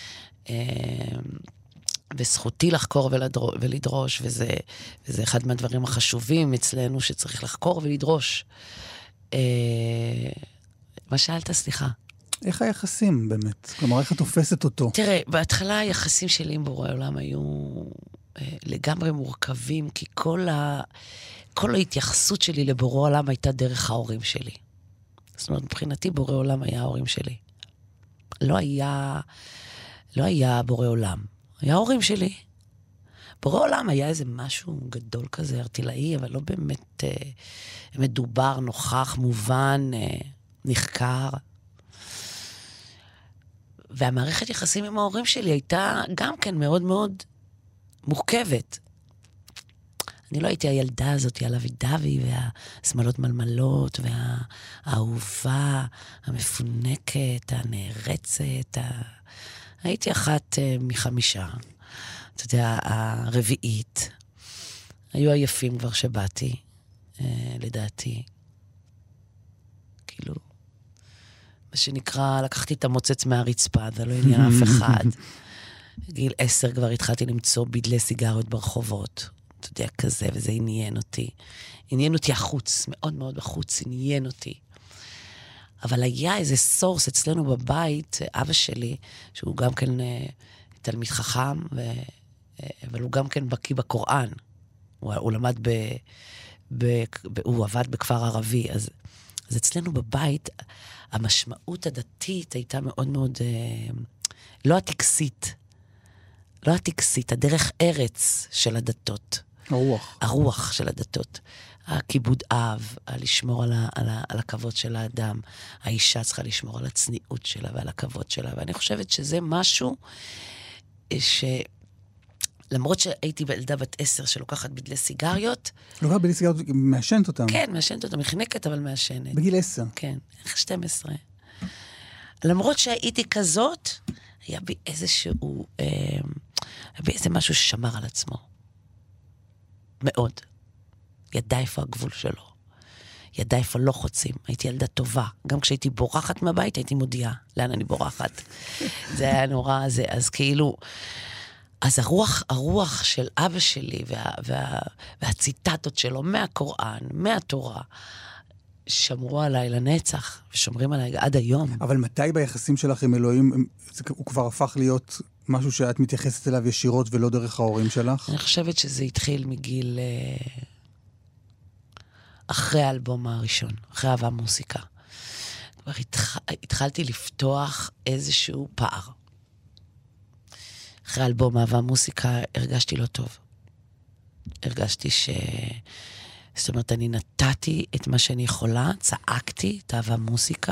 וזכותי לחקור ולדרוש, וזה אחד מהדברים החשובים אצלנו, שצריך לחקור ולדרוש. מה שאלת, סליחה? איך היחסים באמת? כלומר, איך את תופסת אותו? תראה, בהתחלה היחסים שלי עם בורא עולם היו לגמרי מורכבים, כי כל ההתייחסות שלי לבורא עולם הייתה דרך ההורים שלי. זאת אומרת, מבחינתי בורא עולם היה ההורים שלי. לא היה בורא עולם. היה ההורים שלי. בורא עולם היה איזה משהו גדול כזה, ארטילאי, אבל לא באמת מדובר, נוכח, מובן, נחקר. והמערכת יחסים עם ההורים שלי הייתה גם כן מאוד מאוד מורכבת. אני לא הייתי הילדה הזאת, הלוי-דווי, והשמלות מלמלות, והאהובה, המפונקת, הנערצת. הייתי אחת מחמישה. אתה יודע, הרביעית. היו היפים כבר שבאתי, לדעתי. כאילו, מה שנקרא, לקחתי את המוצץ מהרצפה, זה לא עניין אף אחד. גיל 10 כבר התחלתי למצוא בדלי סיגריות ברחובות. אתה יודע, כזה, וזה עניין אותי. עניין אותי החוץ, מאוד מאוד בחוץ, עניין אותי. אבל היה איזה סורס אצלנו בבית, אבא שלי, שהוא גם כן תלמיד חכם, אבל הוא גם כן בקיא בקוראן. הוא למד הוא עבד בכפר ערבי, אז אצלנו בבית, המשמעות הדתית הייתה מאוד מאוד, לא הטקסית, הדרך ארץ של הדתות. הרוח של הדתות. הכיבוד אב, לשמור על הכבוד של האדם. האישה צריכה לשמור על הצניעות שלה ועל הכבוד שלה, ואני חושבת שזה משהו למרות שהייתי בילדה בת 10 שלוקחת בדלי סיגריות. לוקחת בדלי סיגריות, מעשנת אותם. כן, מעשנת אותם, מחנקת אבל מעשנת. בגיל 10. כן, 12. למרות שהייתי כזאת, היה בי איזה משהו ששמר על עצמו. מאוד. ידע איפה הגבול שלו. ידע איפה לא חוצים. הייתי ילדה טובה. גם כשהייתי בורחת מהבית, הייתי מודיעה לאן אני בורחת. זה היה נורא, אז כאילו... אז הרוח של אבא שלי והציטטות שלו מהקוראן, מהתורה, שמרו עליי לנצח, ושומרים עליי עד היום. אבל מתי ביחסים שלך עם אלוהים, הוא כבר הפך להיות משהו שאת מתייחסת אליו ישירות ולא דרך ההורים שלך? אני חושבת שזה התחיל מגיל... אחרי האלבום הראשון, אחרי אהבה מוסיקה. כבר התחלתי לפתוח איזשהו פער. אחרי אלבום אהבה מוסיקה הרגשתי לא טוב. הרגשתי זאת אומרת, אני נתתי את מה שאני יכולה, צעקתי את אהבה מוסיקה,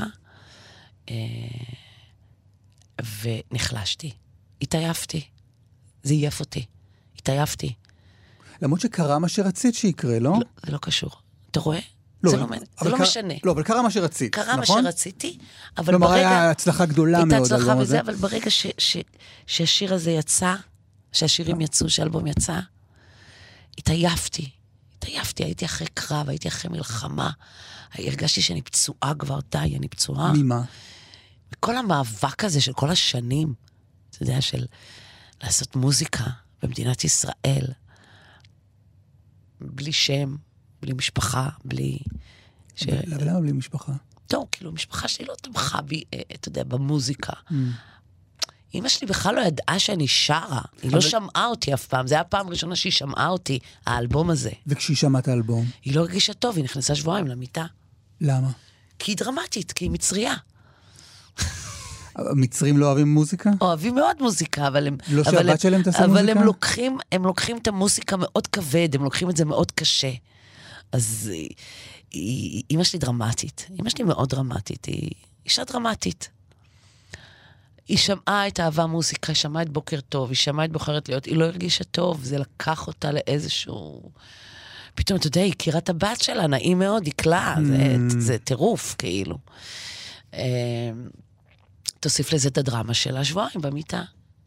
ונחלשתי. התעייפתי. זה עייף אותי. התעייפתי. למרות שקרה מה שרצית שיקרה, לא? לא, זה לא קשור. אתה רואה? זה לא משנה. לא, אבל קרה מה שרצית, נכון? קרה מה שרציתי, אבל כלומר, ברגע... היה הצלחה גדולה מאוד. הייתה הצלחה וזה, אבל ברגע שהשיר הזה יצא, שהשירים יצאו, שהאלבום יצא, התעייפתי, הייתי אחרי קרב, הייתי אחרי מלחמה, הרגשתי שאני פצועה כבר, די, אני פצועה. ממה? כל המאבק הזה של כל השנים, אתה יודע, של לעשות מוזיקה במדינת ישראל, בלי שם, בלי משפחה, בלי... למה בלי משפחה? טוב, כאילו, משפחה שלי לא תמכה בי, אתה יודע, במוזיקה. אמא שלי בכלל לא ידעה שאני שרה. היא לא שמעה אותי אף פעם. זה היה הפעם הראשונה שהיא שמעה אותי, האלבום הזה. וכשהיא שמעת האלבום? היא לא הרגישה טוב, היא נכנסה שבועיים למיטה. למה? כי היא דרמטית, כי היא מצריה. המצרים לא אוהבים מוזיקה? אוהבים מאוד מוזיקה, אבל הם... לא שהבת שלהם תעשה מוזיקה? אבל הם לוקחים את המוזיקה מאוד כבד, הם לוקחים את זה מאוד קשה. אז אמא שלי דרמטית. אמא שלי מאוד דרמטית. היא אישה דרמטית. היא שמעה את אהבה מוזיקה, היא שמעה את בוקר טוב, היא שמעה את בוחרת להיות, היא לא הרגישה טוב, זה לקח אותה לאיזשהו... פתאום, אתה יודע, היא הכירה את הבת שלה, נעים מאוד, היא קלה, זה טירוף, כאילו. תוסיף לזה את הדרמה שלה, שבועיים במיטה.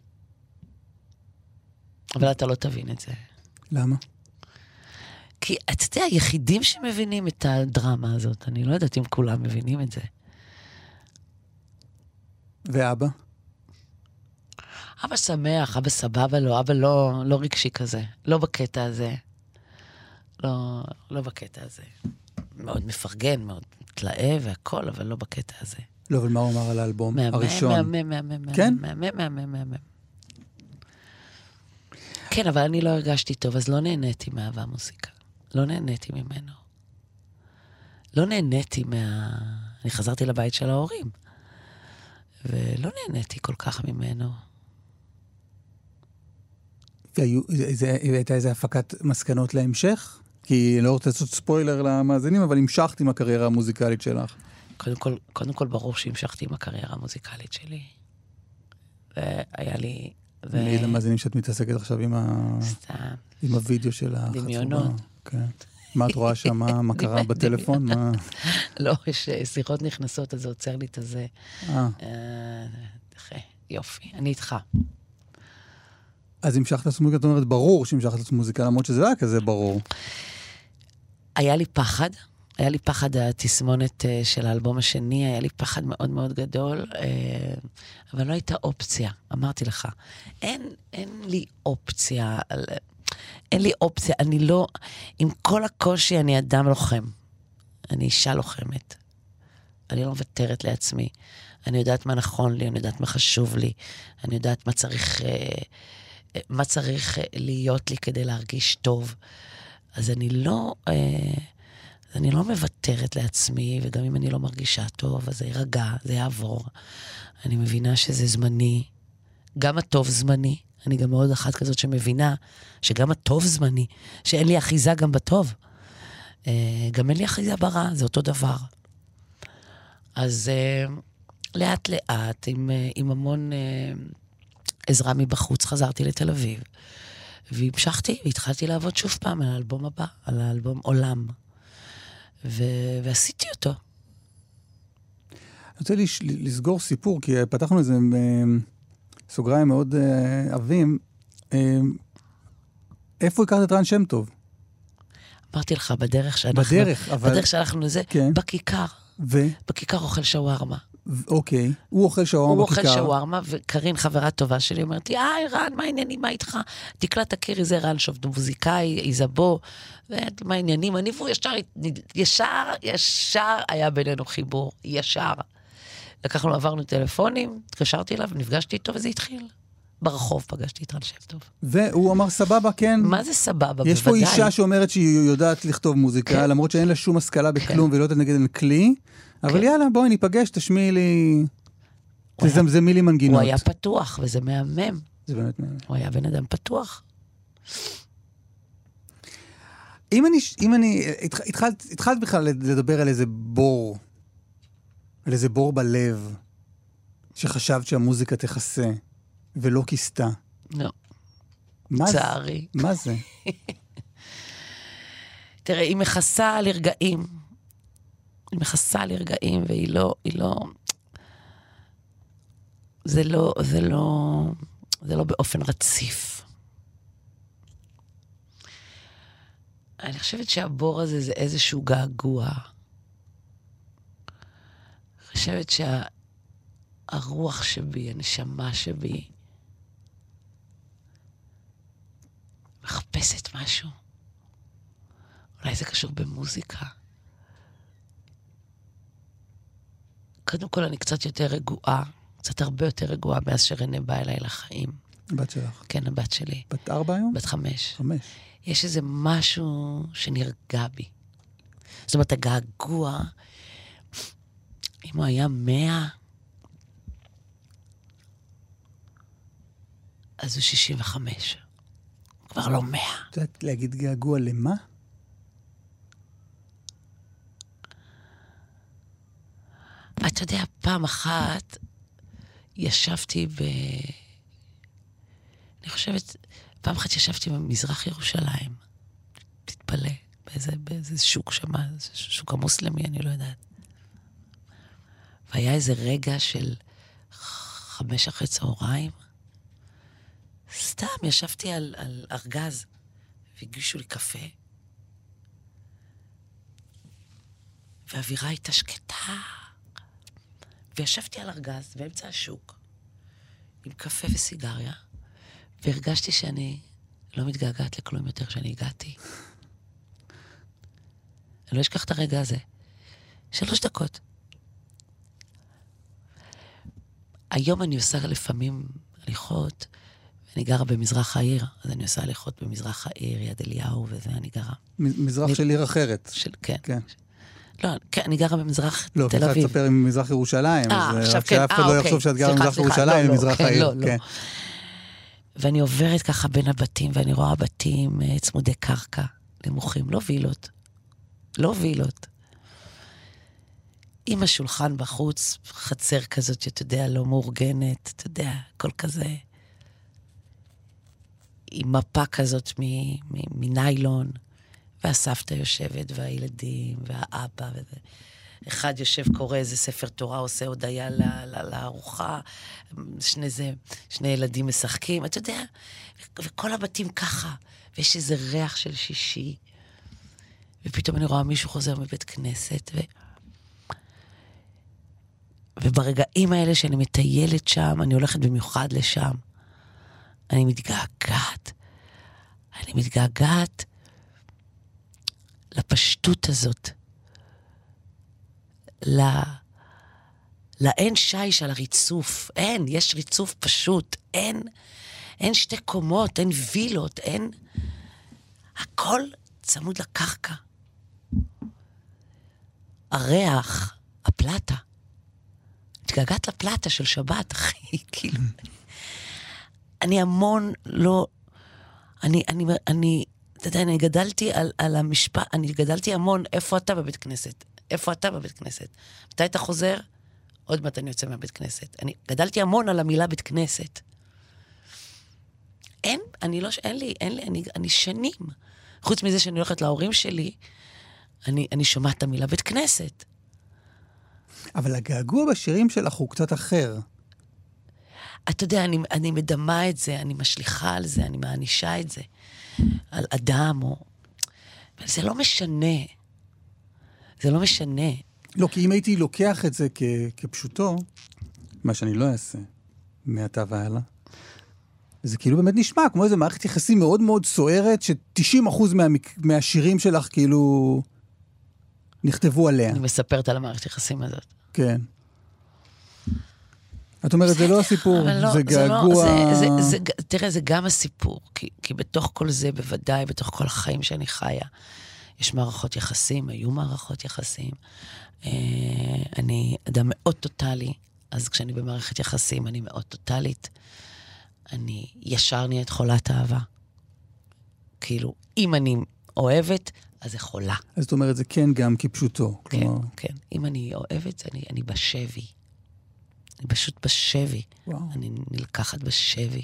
אבל אתה לא תבין את זה. למה? כי, אתה יודע, היחידים שמבינים את הדרמה הזאת, אני לא יודעת אם כולם מבינים את זה. ואבא? אבא שמח, אבא סבבה לו, אבא לא רגשי כזה. לא בקטע הזה. לא בקטע הזה. מאוד מפרגן, מאוד מתלהב והכל, אבל לא בקטע הזה. לא, אבל מה הוא אמר על האלבום הראשון? כן? מהמם. כן, אבל אני לא הרגשתי טוב, אז לא נהניתי מאהבה מוסיקה. לא נהניתי ממנו. לא נהניתי אני חזרתי לבית של ההורים. ולא נהניתי כל כך ממנו. הייתה איזו הפקת מסקנות להמשך? כי אני לא רוצה לעשות ספוילר למאזינים, אבל המשכת עם הקריירה המוזיקלית שלך. קודם כל ברור שהמשכתי עם הקריירה המוזיקלית שלי. והיה לי... נגיד למאזינים שאת מתעסקת עכשיו עם הוידאו של החצובה. דמיונות. כן. מה את רואה שם? מה קרה בטלפון? לא, יש שיחות נכנסות, אז זה עוצר לי את הזה. יופי, אני איתך. אז המשכת לעשות מוזיקה, את אומרת, ברור שהמשכת לעשות מוזיקה, למרות שזה לא היה כזה ברור. היה לי פחד התסמונת של האלבום השני, היה לי פחד מאוד מאוד גדול, אבל לא הייתה אופציה, אמרתי לך. אין לי אופציה, אני לא, עם כל הקושי אני אדם לוחם. אני אישה לוחמת. אני לא מוותרת לעצמי. אני יודעת מה נכון לי, אני יודעת מה חשוב לי, אני יודעת מה צריך להיות לי כדי להרגיש טוב. אז אני לא מוותרת לעצמי, וגם אם אני לא מרגישה טוב, אז זה יירגע, זה יעבור. אני מבינה שזה זמני, גם הטוב זמני. אני גם מאוד אחת כזאת שמבינה שגם הטוב זמני, שאין לי אחיזה גם בטוב. גם אין לי אחיזה ברע, זה אותו דבר. אז לאט לאט, עם המון עזרה מבחוץ, חזרתי לתל אביב. והמשכתי, והתחלתי לעבוד שוב פעם על האלבום הבא, על האלבום עולם. ועשיתי אותו. אני רוצה לסגור סיפור, כי פתחנו איזה סוגריים מאוד עבים. איפה הכרת את רן שם טוב? אמרתי לך, בדרך שהלכנו לזה, כן. בכיכר. בכיכר אוכל שווארמה. אוקיי, הוא אוכל שווארמה בכיכר. הוא אוכל שווארמה, וקרין, חברה טובה שלי, אומרת לי, רן, מה העניינים, מה איתך? תקלה תכירי, זה רן שוב, מוזיקאי, איזבו, מה העניינים? אני והוא ישר היה בינינו חיבור, ישר. לקחנו, עברנו טלפונים, התקשרתי אליו, נפגשתי איתו, וזה התחיל. ברחוב פגשתי את רן שם טוב. והוא אמר סבבה, כן. מה זה סבבה? יש פה אישה שאומרת שהיא יודעת לכתוב מוזיקה, למרות שאין לה שום השכלה בכלום, ולא תנגד על כלי, אבל יאללה, בואי ניפגש, תשמיעי לי, תזמזמי לי מנגינות. הוא היה פתוח, וזה מהמם. זה באמת מהמם. הוא היה בן אדם פתוח. אם אני, התחלת בכלל לדבר על איזה בור, על איזה בור בלב, שחשבת שהמוזיקה תכסה, ולא כיסתה. לא. צערי. מה זה? תראה, היא מכסה לרגעים. היא מכסה לרגעים, והיא לא... זה לא באופן רציף. אני חושבת שהבור הזה זה איזשהו געגוע. אני חושבת שהרוח שבי, הנשמה שבי, מחפשת משהו. אולי זה קשור במוזיקה. קודם כל אני קצת יותר רגועה, קצת הרבה יותר רגועה מאז שרנה באה אליי לחיים. הבת שלך? כן, הבת שלי. בת 4 היום? בת 5. 5. יש איזה משהו שנרגע בי. זאת אומרת, הגעגוע, אם הוא היה 100, אז הוא 65. כבר לא 100. את יודעת להגיד געגוע למה? אתה יודע, פעם אחת ישבתי אני חושבת, פעם אחת ישבתי במזרח ירושלים. תתפלא, באיזה שוק שמה, שוק המוסלמי, אני לא יודעת. והיה איזה רגע של 5 אחרי צהריים. סתם, ישבתי על ארגז, והגישו לי קפה. והאווירה הייתה שקטה. וישבתי על ארגז באמצע השוק, עם קפה וסיגריה, והרגשתי שאני לא מתגעגעת לכלום יותר כשאני הגעתי. אני לא אשכח את הרגע הזה. 3 דקות. היום אני עושה לפעמים הליכות, אני גרה במזרח העיר, אז אני עושה הליכות במזרח העיר, יד אליהו, וזה אני גרה. מזרח של עיר אחרת. כן. לא, כן, אני גרה במזרח תל אביב. לא, תספר עם מזרח ירושלים, רק שאף אחד לא יחשוב שאת גרה במזרח ירושלים, במזרח העיר. ואני עוברת ככה בין הבתים, ואני רואה בתים צמודי קרקע, נמוכים, לא וילות. לא וילות. עם השולחן בחוץ, חצר כזאת, שאתה יודע, לא מאורגנת, אתה יודע, כל כזה. עם מפה כזאת מניילון, והסבתא יושבת, והילדים, והאבא, וזה. אחד יושב, קורא איזה ספר תורה, עושה הודיה לארוחה, שני ילדים משחקים, אתה יודע, וכל הבתים ככה, ויש איזה ריח של שישי, ופתאום אני רואה מישהו חוזר מבית כנסת, וברגעים האלה שאני מטיילת שם, אני הולכת במיוחד לשם, אני מתגעגעת לפשטות הזאת, לאין שיש על הריצוף. אין, יש ריצוף פשוט. אין שתי קומות, אין וילות, אין... הכל צמוד לקרקע. הריח, הפלטה. התגעגעת לפלטה של שבת, אחי, כאילו. אני המון לא... אתה יודע, אני גדלתי על המשפט, אני גדלתי המון, איפה אתה בבית כנסת? איפה אתה בבית כנסת? מתי אתה חוזר? עוד מעט אני יוצא מהבית כנסת. אני גדלתי המון על המילה בית כנסת. אין לי, אני שנים. חוץ מזה שאני הולכת להורים שלי, אני שומעת את המילה בית כנסת. אבל הגעגוע בשירים שלך הוא קצת אחר. אתה יודע, אני מדמה את זה, אני משליחה על זה, אני מענישה את זה. על אדם או... אבל זה לא משנה. זה לא משנה. לא, כי אם הייתי לוקח את זה כפשוטו, מה שאני לא אעשה, מעתה והלאה, זה כאילו באמת נשמע כמו איזו מערכת יחסים מאוד מאוד סוערת, ש90% מהשירים שלך כאילו נכתבו עליה. אני מספרת על המערכת יחסים הזאת. כן. את אומרת, זה לא הסיפור, זה געגוע... תראה, זה גם הסיפור, כי בתוך כל זה, בוודאי, בתוך כל החיים שאני חיה, יש מערכות יחסים, היו מערכות יחסים. אני אדם מאוד טוטלי, אז כשאני במערכת יחסים, אני מאוד טוטלית. אני ישר נהיית חולת אהבה. כאילו, אם אני אוהבת, אז זה חולה. אז זאת אומרת, זה כן גם כפשוטו. כן, כן. אם אני אוהבת, אני בשבי. אני פשוט בשבי. וואו. אני נלקחת בשבי.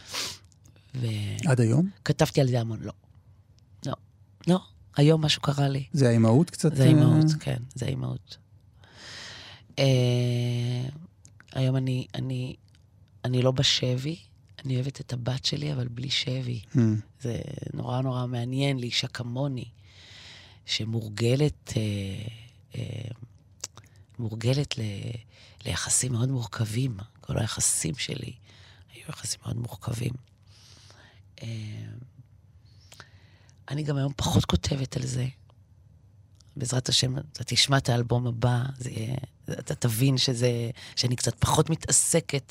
עד היום? כתבתי על זה המון, לא. לא. לא. היום משהו קרה לי. זה האימהות קצת? זה האימהות, כן. זה האימהות. היום אני לא בשבי. אני אוהבת את הבת שלי, אבל בלי שבי. זה נורא נורא מעניין לאישה כמוני, שמורגלת ליחסים מאוד מורכבים. כל היחסים שלי היו יחסים מאוד מורכבים. אני גם היום פחות כותבת על זה. בעזרת השם, אתה תשמע את האלבום הבא, אתה תבין שאני קצת פחות מתעסקת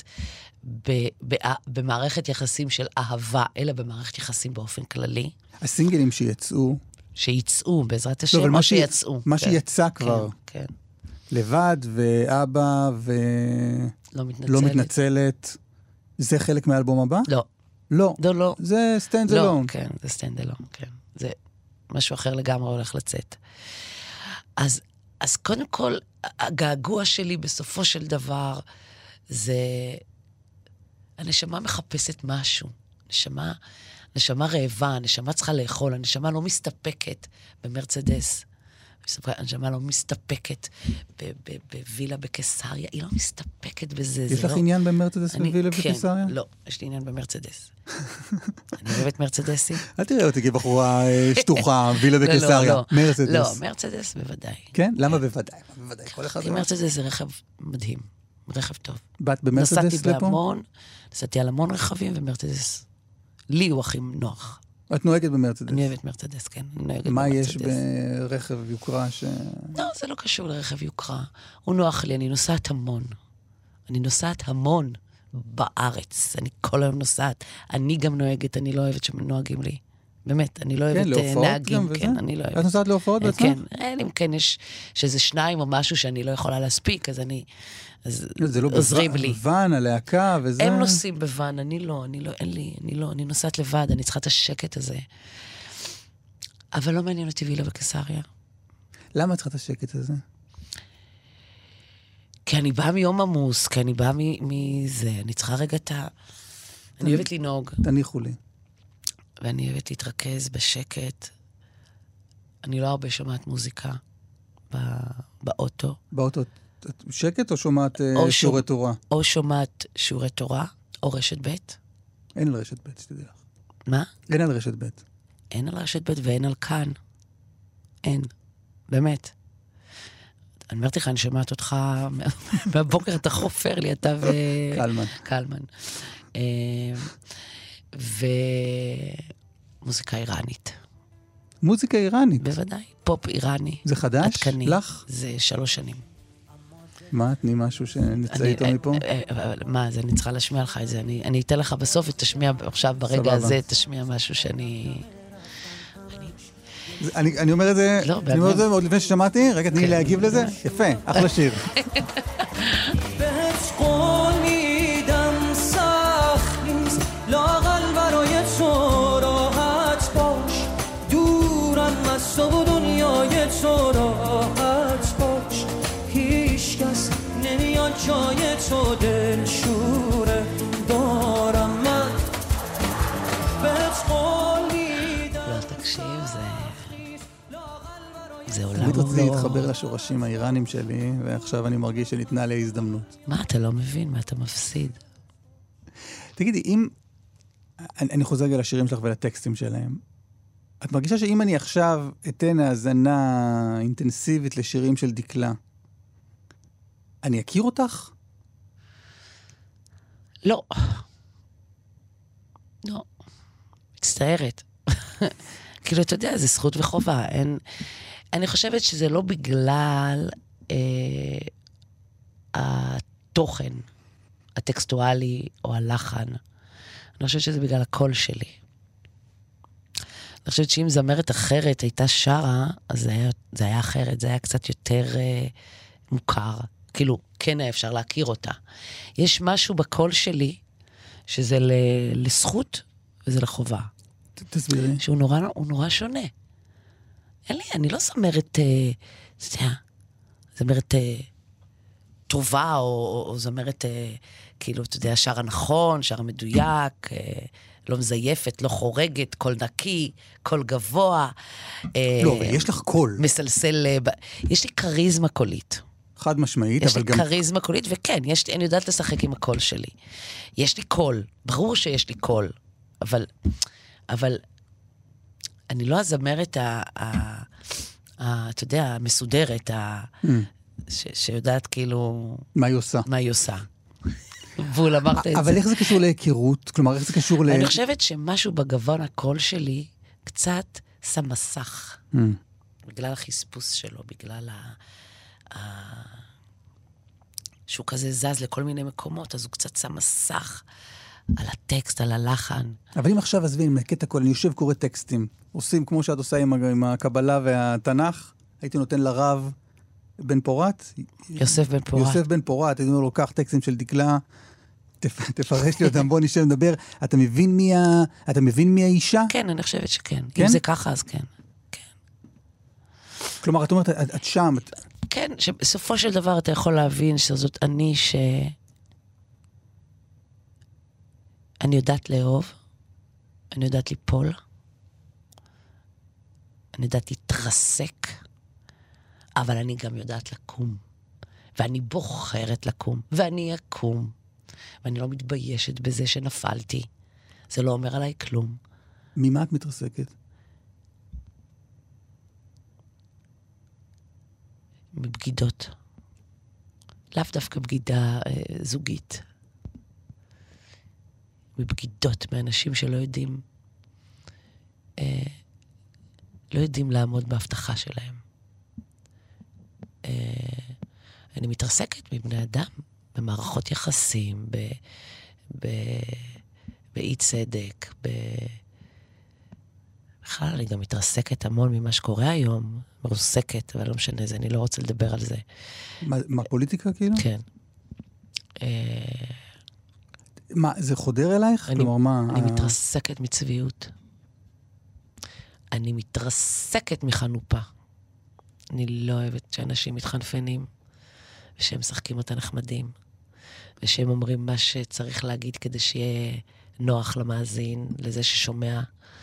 במערכת יחסים של אהבה, אלא במערכת יחסים באופן כללי. הסינגלים שיצאו, בעזרת השם, או שיצאו. מה שיצא כבר. כן. לבד, ואבא, לא מתנצלת. זה חלק מהאלבום הבא? לא. לא. לא. זה stand alone. לא, כן, זה stand alone, כן. זה משהו אחר לגמרי הולך לצאת. אז קודם כל, הגעגוע שלי בסופו של דבר, זה... הנשמה מחפשת משהו. נשמה רעבה, הנשמה צריכה לאכול, הנשמה לא מסתפקת במרצדס. הנשמה לא מסתפקת בווילה בקיסריה, היא לא מסתפקת בזה. יש לך עניין במרצדס ווילה בקיסריה? כן, לא, יש לי עניין במרצדס. אני אוהבת מרצדסים. אל תראה אותי כבחורה שטוחה, וילה בקיסריה, מרצדס. לא, מרצדס בוודאי. כן? למה בוודאי? כל אחד מרצדס זה רכב מדהים, רכב טוב. באת במרצדס לפה? נסעתי על המון רכבים, ומרצדס, לי הוא הכי נוח. את נוהגת במרצדס? אני אוהבת מרצדס, כן. מה יש ברכב יוקרה ש... לא, זה לא קשור לרכב יוקרה. הוא נוח לי, אני נוסעת המון בארץ. אני כל היום נוסעת. אני גם נוהגת, אני לא אוהבת שנוהגים לי. באמת, אני לא אוהבת נהגים. כן, אני לא אוהבת. את נוסעת להופעות בעצמך? כן, אם כן יש שזה שניים או משהו שאני לא יכולה להספיק, אז אני... זה לא בוון, הלהקה וזה... הם נוסעים בוון, אני לא, אני נוסעת לבד, אני צריכה את השקט הזה. אבל לא מעניין אותי וילה בקיסריה. למה את צריכה את השקט הזה? כי אני באה מיום עמוס, כי אני באה מזה, אני צריכה רגע אני אוהבת לנהוג. תניחו לי. ואני אוהבת להתרכז בשקט. אני לא הרבה שומעת מוזיקה באוטו. באוטו שקט או שומעת שיעורי תורה? או שומעת שיעורי תורה, או רשת ב'. אין על רשת ב', שתדעי לך. מה? אין על רשת ב'. אין על רשת ב' ואין על כאן. אין. באמת. אני אומרת לך, אני שומעת אותך מהבוקר, אתה חופר לי, אתה קלמן. ומוזיקה איראנית. מוזיקה איראנית? בוודאי. פופ איראני. זה חדש? לך? זה 3 שנים. מה? תני משהו שנצא איתו מפה? מה, אני צריכה להשמיע לך את זה. אני אתן לך בסוף ותשמיע עכשיו ברגע הזה, תשמיע משהו שאני... אני אומר את זה, אני אומר את זה עוד לפני ששמעתי, רגע, תני להגיב לזה. יפה, אחלה שיר. جای تو دلشوره دارم من بهت قول میدم. לא, תקשיב, זה עולם תמיד רציתי לא... להתחבר לשורשים האיראנים שלי, ועכשיו אני מרגיש שניתנה לי הזדמנות. מה, אתה לא מבין? מה אתה מפסיד? תגידי, אם... אני חוזר רגע לשירים שלך ולטקסטים שלהם. את מרגישה שאם אני עכשיו אתן האזנה אינטנסיבית לשירים של דקלה, אני אכיר אותך? לא. לא. מצטערת. כאילו, אתה יודע, זה זכות וחובה. אני חושבת שזה לא בגלל התוכן הטקסטואלי או הלחן. אני חושבת שזה בגלל הקול שלי. אני חושבת שאם זמרת אחרת הייתה שרה, אז זה היה אחרת, זה היה קצת יותר מוכר. כאילו, כן היה אפשר להכיר אותה. יש משהו בקול שלי, שזה לזכות וזה לחובה. תסבירי. שהוא נורא שונה. אני לא זמרת, אתה יודע, זמרת טובה, או זמרת, כאילו, אתה יודע, שרה נכון, שרה מדויק, לא מזייפת, לא חורגת, קול נקי, קול גבוה. לא, אבל יש לך קול. מסלסל, יש לי קריזמה קולית. חד משמעית, אבל אבל גם... יש לי קריזמה קולית, וכן, אני יודעת לשחק עם הקול שלי. יש לי קול, ברור שיש לי קול, אבל אני לא הזמרת אתה יודע, המסודרת, שיודעת כאילו... מה היא עושה? מה היא עושה. בול, אמרת את זה. אבל איך זה קשור להיכרות? כלומר, איך זה קשור ל... אני חושבת שמשהו בגוון הקול שלי קצת שם מסך. בגלל החספוס שלו, בגלל שהוא כזה זז לכל מיני מקומות, אז הוא קצת שם מסך על הטקסט, על הלחן. אבל אם עכשיו עזבי, עם קטע קול, אני יושב קורא טקסטים, עושים כמו שאת עושה עם הקבלה והתנ"ך, הייתי נותן לרב בן פורת. יוסף בן פורת, הייתי אומר לו, קח טקסטים של דקלה, תפרש לי אותם, בוא נשב נדבר. אתה מבין מי האישה? כן, אני חושבת שכן. אם זה ככה, אז כן. כלומר, את אומרת, את שם. כן, שבסופו של דבר אתה יכול להבין שזאת אני אני יודעת לאהוב, אני יודעת ליפול, אני יודעת להתרסק, אבל אני גם יודעת לקום. ואני בוחרת לקום, ואני אקום. ואני לא מתביישת בזה שנפלתי. זה לא אומר עליי כלום. ממה את מתרסקת? מבגידות. לאו דווקא בגידה זוגית. מבגידות מאנשים שלא יודעים, לא יודעים לעמוד בהבטחה שלהם. אני מתרסקת מבני אדם, במערכות יחסים, באי צדק, בכלל אני גם מתרסקת המון ממה שקורה היום, מרוסקת, אבל לא משנה זה, אני לא רוצה לדבר על זה. מה, פוליטיקה כאילו? כן. מה, זה חודר אלייך? כלומר, מה? אני מתרסקת מצביעות. אני מתרסקת מחנופה. אני לא אוהבת שאנשים מתחנפנים, ושהם משחקים אותה נחמדים, ושהם אומרים מה שצריך להגיד כדי שיהיה נוח למאזין, לזה ששומע.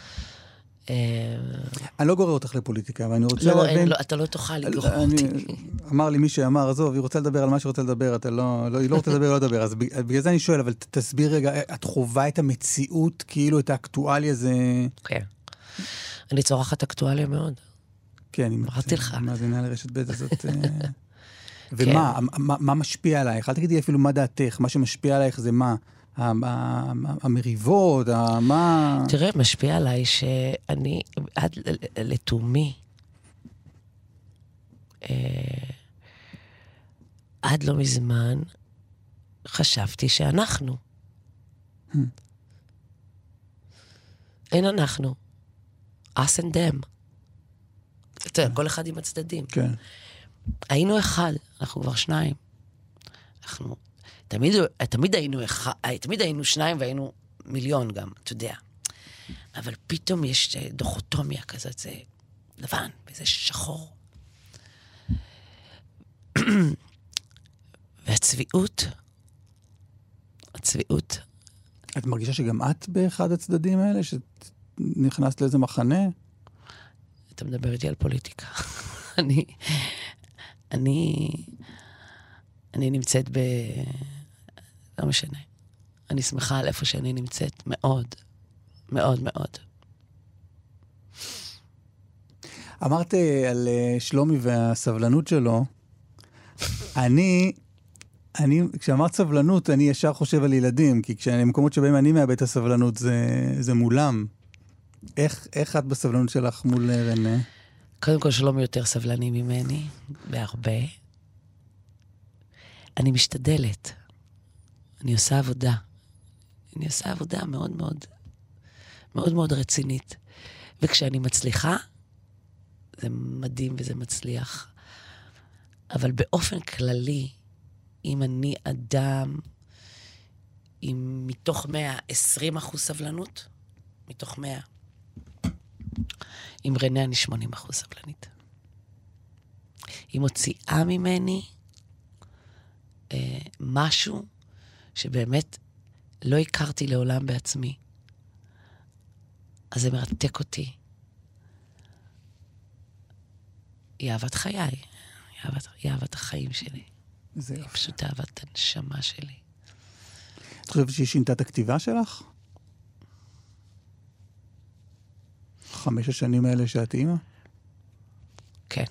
אני לא גורר אותך לפוליטיקה, אבל אני רוצה להבין... לא, אתה לא תוכל לגרור אותי. אמר לי מי שאמר, עזוב, היא רוצה לדבר על מה שרוצה לדבר, היא לא רוצה לדבר, לא לדבר. אז בגלל זה אני שואל, אבל תסביר רגע, את חובה את המציאות, כאילו את האקטואליה זה... כן. אני צורחת אקטואליה מאוד. כן, אני אמרתי לך. מאזינה לרשת ב' הזאת. ומה, מה משפיע עלייך? אל תגידי אפילו מה דעתך, מה שמשפיע עלייך זה מה? המריבות, מה... תראה, משפיע עליי שאני, עד לתומי, עד לא מזמן חשבתי שאנחנו. אין אנחנו. us and them. אתה יודע, כל אחד עם הצדדים. כן. היינו אחד, אנחנו כבר שניים. אנחנו, תמיד היינו שניים והיינו מיליון גם, אתה יודע. אבל פתאום יש דוכוטומיה כזאת, זה לבן וזה שחור. והצביעות, את מרגישה שגם את באחד הצדדים האלה, שנכנסת לאיזה מחנה? אתה מדבר איתי על פוליטיקה. אני נמצאת לא משנה. אני שמחה על איפה שאני נמצאת מאוד, מאוד מאוד. אמרת על שלומי והסבלנות שלו. כשאמרת סבלנות, אני ישר חושב על ילדים, כי כשמקומות שבהם אני מאבד את הסבלנות, זה מולם. איך את בסבלנות שלך מול רנה? קודם כל, שלומי יותר סבלני ממני, בהרבה. אני משתדלת. אני עושה עבודה מאוד מאוד, מאוד מאוד רצינית. וכשאני מצליחה, זה מדהים וזה מצליח. אבל באופן כללי, אם אני אדם עם מתוך 120% סבלנות, מתוך 100, עם רנה אני 80% סבלנית. היא מוציאה ממני משהו שבאמת לא הכרתי לעולם בעצמי. אז זה מרתק אותי. היא אהבת חיי. היא אהבת החיים שלי. היא פשוט אהבת הנשמה שלי. את חושבת שהיא שינתה את הכתיבה שלך? 5 השנים האלה שאת אימא? כן.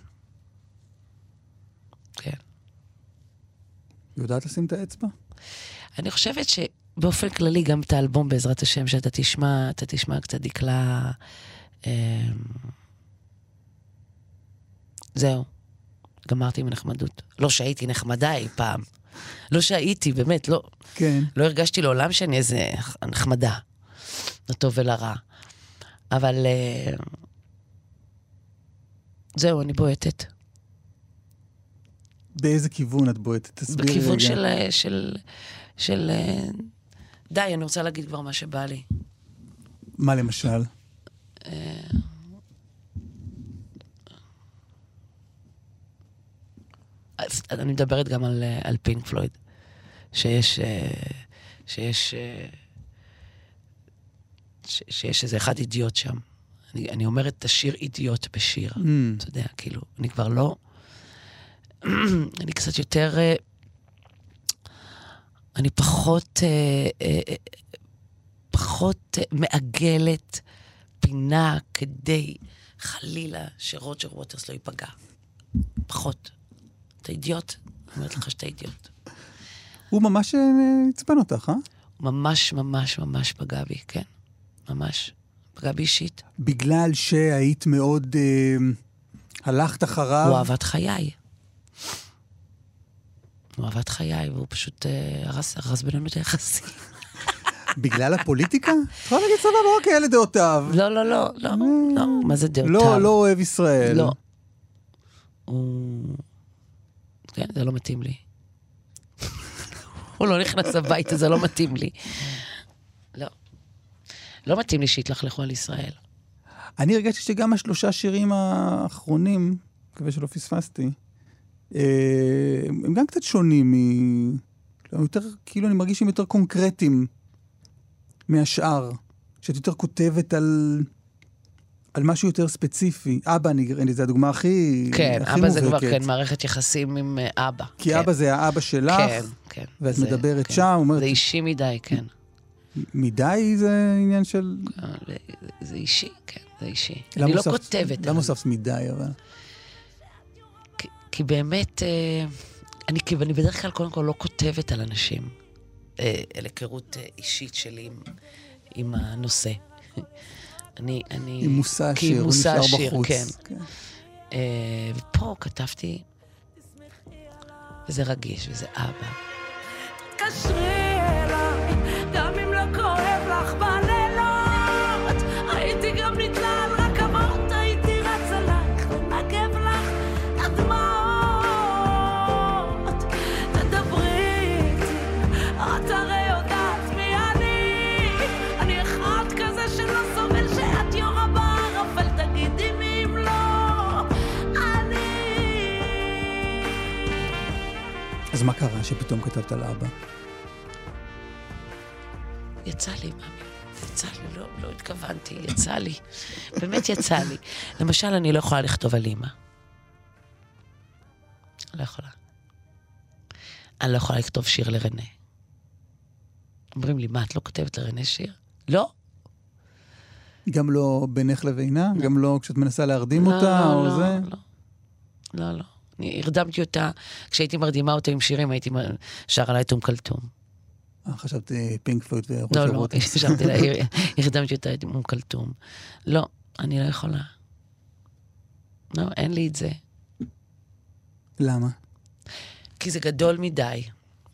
כן. יודעת לשים את האצבע? אני חושבת שבאופן כללי גם את האלבום בעזרת השם שאתה תשמע קצת דקלה. זהו. גמרתי עם הנחמדות. לא שהייתי נחמדה אי פעם. לא שהייתי, באמת, לא. כן. לא הרגשתי לעולם שאני איזה נחמדה. לטוב ולרע. אבל זהו, אני בועטת. באיזה כיוון את בועטת? תסביר רגע. בכיוון של די, אני רוצה להגיד כבר מה שבא לי. מה למשל? אני מדברת גם על פינק פלויד, שיש איזה אחד אידיוט שם. אני אומרת את השיר אידיוט בשיר. אתה יודע, כאילו, אני כבר לא... אני קצת יותר... אני פחות מעגלת פינה כדי חלילה שרוג'ר ווטרס לא ייפגע. פחות. אתה אידיוט? אני אומרת לך שאתה אידיוט. הוא ממש הצפן אותך, אה? הוא ממש ממש ממש פגע בי, כן. ממש. פגע בי אישית. בגלל שהיית מאוד... הלכת אחריו? הוא אהבת חיי. הוא אהבת חיי, והוא פשוט הרס בינינו את היחסים. בגלל הפוליטיקה? אתה יכול להגיד סבבה, אוקיי, אלה דעותיו. לא, מה זה דעותיו? לא אוהב ישראל. לא. כן, זה לא מתאים לי. הוא לא נכנס הביתה, זה לא מתאים לי. לא. לא מתאים לי שיתלכלכו על ישראל. אני הרגשתי שגם 3 שירים האחרונים, מקווה שלא פספסתי, הם גם קצת שונים יותר, כאילו אני מרגיש שהם יותר קונקרטיים מהשאר. שאת יותר כותבת על משהו יותר ספציפי. אבא, זה הדוגמה הכי כן, הכי אבא זה כבר מובהקת. כן, מערכת יחסים עם אבא. כי כן. אבא זה האבא שלך, כן. ואת זה, מדברת כן. שם, אומרת... זה אישי מדי, כן. מדי זה עניין של... זה אישי, כן, זה אישי. אני לא כותבת. למה הוספת מדי, אבל... כי באמת, אני בדרך כלל קודם כל לא כותבת על אנשים. על היכרות אישית שלי עם הנושא. עם מושא השיר, הוא נשאר בחוץ. כן. ופה כתבתי, וזה רגיש, וזה אבא. תקשרי אליי, גם אם לא כואב לך בלילות. הייתי גם נתלה על רכבות, הייתי רץ עלייך, לנגב לך הדמעות. תדברי איתי, את הרי יודעת מי אני אחד כזה שלא סובל שאת יורה בר, אבל תגידי מי אם לא אני. אז מה קרה שפתאום כתבת על אבא? יצא לי, מאמי. יצא לי, לא התכוונתי, יצא לי. באמת יצא לי. למשל, אני לא יכולה לכתוב על אמא. לא יכולה. אני לא יכולה לכתוב שיר לרנה. אומרים לי, מה, את לא כותבת לרנה שיר? לא. גם לא בינך לבינה? גם לא כשאת מנסה להרדים אותה או זה? לא. אני הרדמתי אותה, כשהייתי מרדימה אותה עם שירים, הייתי שרה לה את קלטום. חשבתי פינק פלויד ורוצ'ר ווטרס. חשבתי לה, הרדמתי אותה עם קלטום. לא, אני לא יכולה. לא, אין לי את זה. למה? כי זה גדול מדי.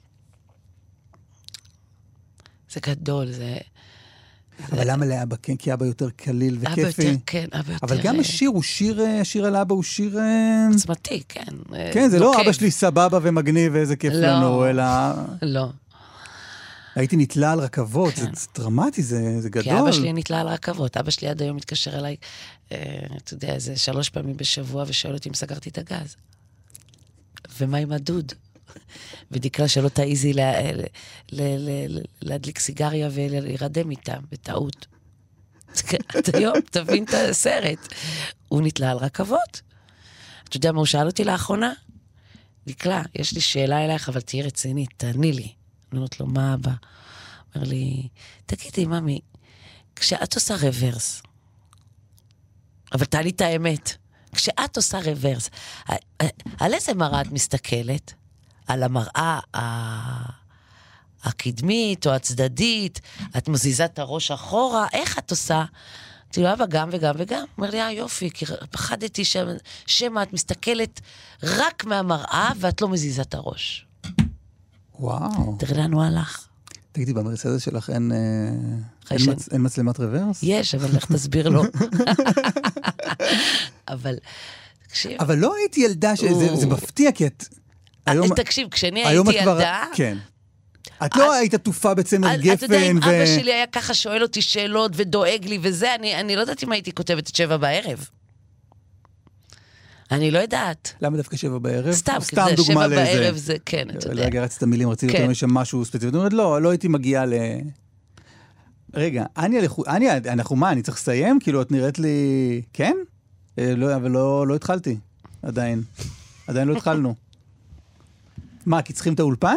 זה גדול, זה... אבל למה לאבא? כן, כי אבא יותר קליל וכיפי. אבא יותר, כן, אבא יותר... אבל גם השיר הוא שיר, השיר על אבא הוא שיר... עצמתי, כן. כן, זה לא אבא שלי סבבה ומגניב ואיזה כיף לנו, אלא... לא. הייתי נתלה על רכבות, זה דרמטי, זה גדול. כי אבא שלי נתלה על רכבות. אבא שלי עד היום מתקשר אליי, אתה יודע, איזה 3 פעמים בשבוע, ושואל אותי אם סגרתי את הגז. ומה עם הדוד? ודקלה שלא תעיזי להדליק סיגריה ולהירדם איתה, בטעות. עד היום, תבין את הסרט. הוא נתלה על רכבות. אתה יודע מה הוא שאל אותי לאחרונה? דקלה, יש לי שאלה אלייך, אבל תהיי רצינית, תעני לי. אני אומרת לו, מה אבא? אומר לי, תגידי, ממי, כשאת עושה רוורס, אבל תעלי את האמת, כשאת עושה רוורס, על איזה מראה את מסתכלת? על המראה הקדמית או הצדדית, את מזיזה את הראש אחורה, איך את עושה? אמרתי לו, אבא, גם וגם וגם. אומר לי, יופי, כי פחדתי שמה את מסתכלת רק מהמראה ואת לא מזיזה את הראש. וואו. תראה לנו הלך. תגידי, במרצדס שלך אין מצלמת רוורס? יש, אבל איך תסביר לו? אבל לא הייתי ילדה, זה מפתיע, כי את... תקשיב, כשאני הייתי ילדה... כן. את לא היית עטופה בצמר גפן אתה יודע, אם אבא שלי היה ככה שואל אותי שאלות ודואג לי וזה, אני לא יודעת אם הייתי כותבת את 7 בערב. אני לא יודעת. למה דווקא 7 בערב? סתם, כי זה 7 בערב זה, כן, אתה יודע. רגע, רצית המילים, רציתי יותר משם משהו ספציפי. זאת אומרת, לא הייתי מגיעה ל... רגע, אנחנו מה, אני צריך לסיים? כאילו, את נראית לי... כן? אבל לא התחלתי. עדיין לא התחלנו. מה, כי צריכים את האולפן?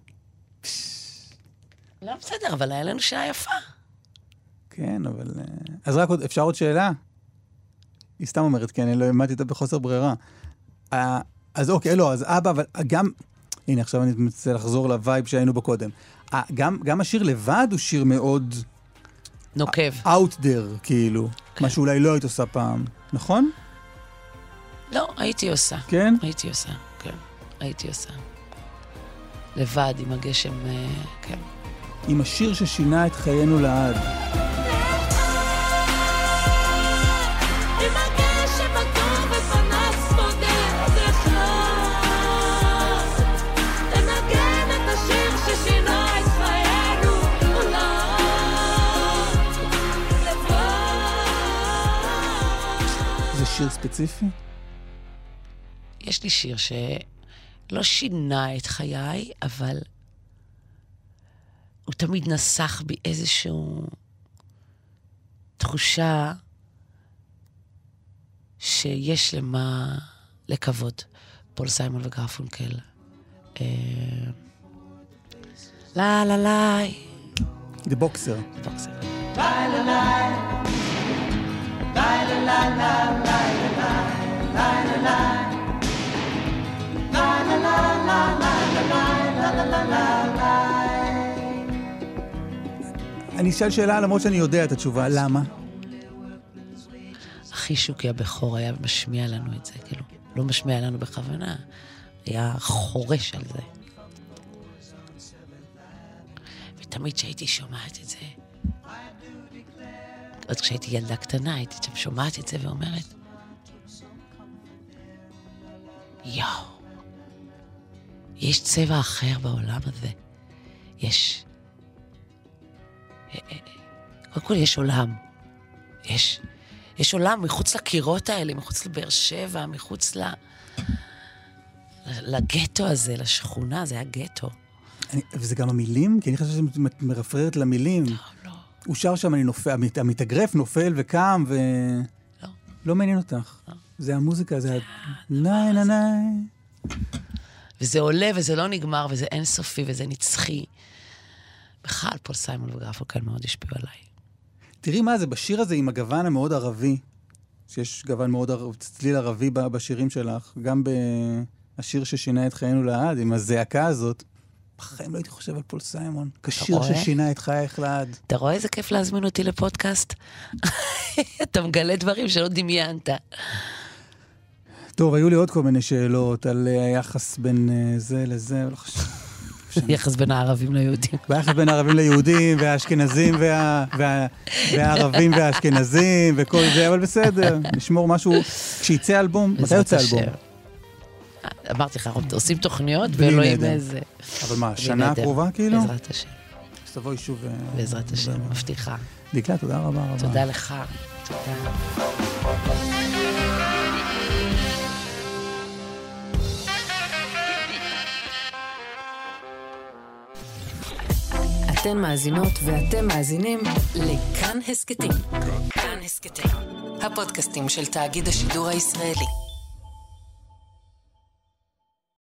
לא, בסדר, אבל היה לנו שעה יפה. כן, אבל... אז רק אפשר עוד שאלה? היא סתם אומרת, כן, אני לא העמדתי אותה בחוסר ברירה. אז אוקיי, לא, אז אבא, אבל גם... הנה, עכשיו אני מנסה לחזור לווייב שהיינו בו קודם. גם השיר לבד הוא שיר מאוד... נוקב. out there, כאילו. כן. מה שאולי לא היית עושה פעם. נכון? לא, הייתי עושה. כן? הייתי עושה, כן. הייתי עושה. לבד, עם הגשם, כן. עם השיר ששינה את חיינו לעד. זה שיר ספציפי? יש לי שיר שלא שינה את חיי, אבל הוא תמיד נסח בי איזשהו תחושה שיש למה לקוות. פול סיימון וגרפונקל. לה לה לה. The Boxer. The Boxer. לה לה לה. לה לה לה לה לה לה לה. אני אשאל שאלה למרות שאני יודע את התשובה, למה? אחי שוקי הבכור היה משמיע לנו את זה, כאילו, לא משמיע לנו בכוונה. היה חורש על זה. ותמיד שהייתי שומעת את זה, עוד כשהייתי ילדה קטנה, הייתי שם שומעת את זה ואומרת, יואו, יש צבע אחר בעולם הזה. קודם כל יש עולם. יש עולם מחוץ לקירות האלה, מחוץ לבאר שבע, מחוץ לגטו הזה, לשכונה, זה היה גטו. וזה גם המילים? כי אני חושב שזה מרפררת למילים. לא. הוא שר שם, אני נופל, המתאגרף נופל וקם, לא מעניין אותך. זה המוזיקה, זה ניי ניי ניי. וזה עולה וזה לא נגמר, וזה אינסופי וזה נצחי. בכלל, פול סיימון וגרפונקל מאוד השפיעו עליי. תראי מה זה, בשיר הזה עם הגוון המאוד ערבי, שיש גוון מאוד צליל ערבי בשירים שלך, גם בשיר ששינה את חיינו לעד, עם הזעקה הזאת, בחיים לא הייתי חושב על פול סיימון, כשיר ששינה את חייך לעד. אתה רואה איזה כיף להזמין אותי לפודקאסט? אתה מגלה דברים שלא דמיינת. טוב, היו לי עוד כל מיני שאלות על היחס בין זה לזה, לא חושב. יחס בין הערבים ליהודים. ביחס בין הערבים ליהודים, והאשכנזים והערבים והאשכנזים, וכל זה, אבל בסדר, נשמור משהו, כשיצא אלבום, מתי יוצא אלבום? אמרתי לך, עושים תוכניות ולא עם איזה... אבל מה, שנה הקרובה כאילו? בעזרת השם. אז תבואי שוב... בעזרת השם, מבטיחה. דקלה, תודה רבה. תודה לך. תודה. אתן מאזינות ואתם מאזינים לכאן הסקטים. כאן הסקטים, הפודקאסטים של תאגיד השידור הישראלי.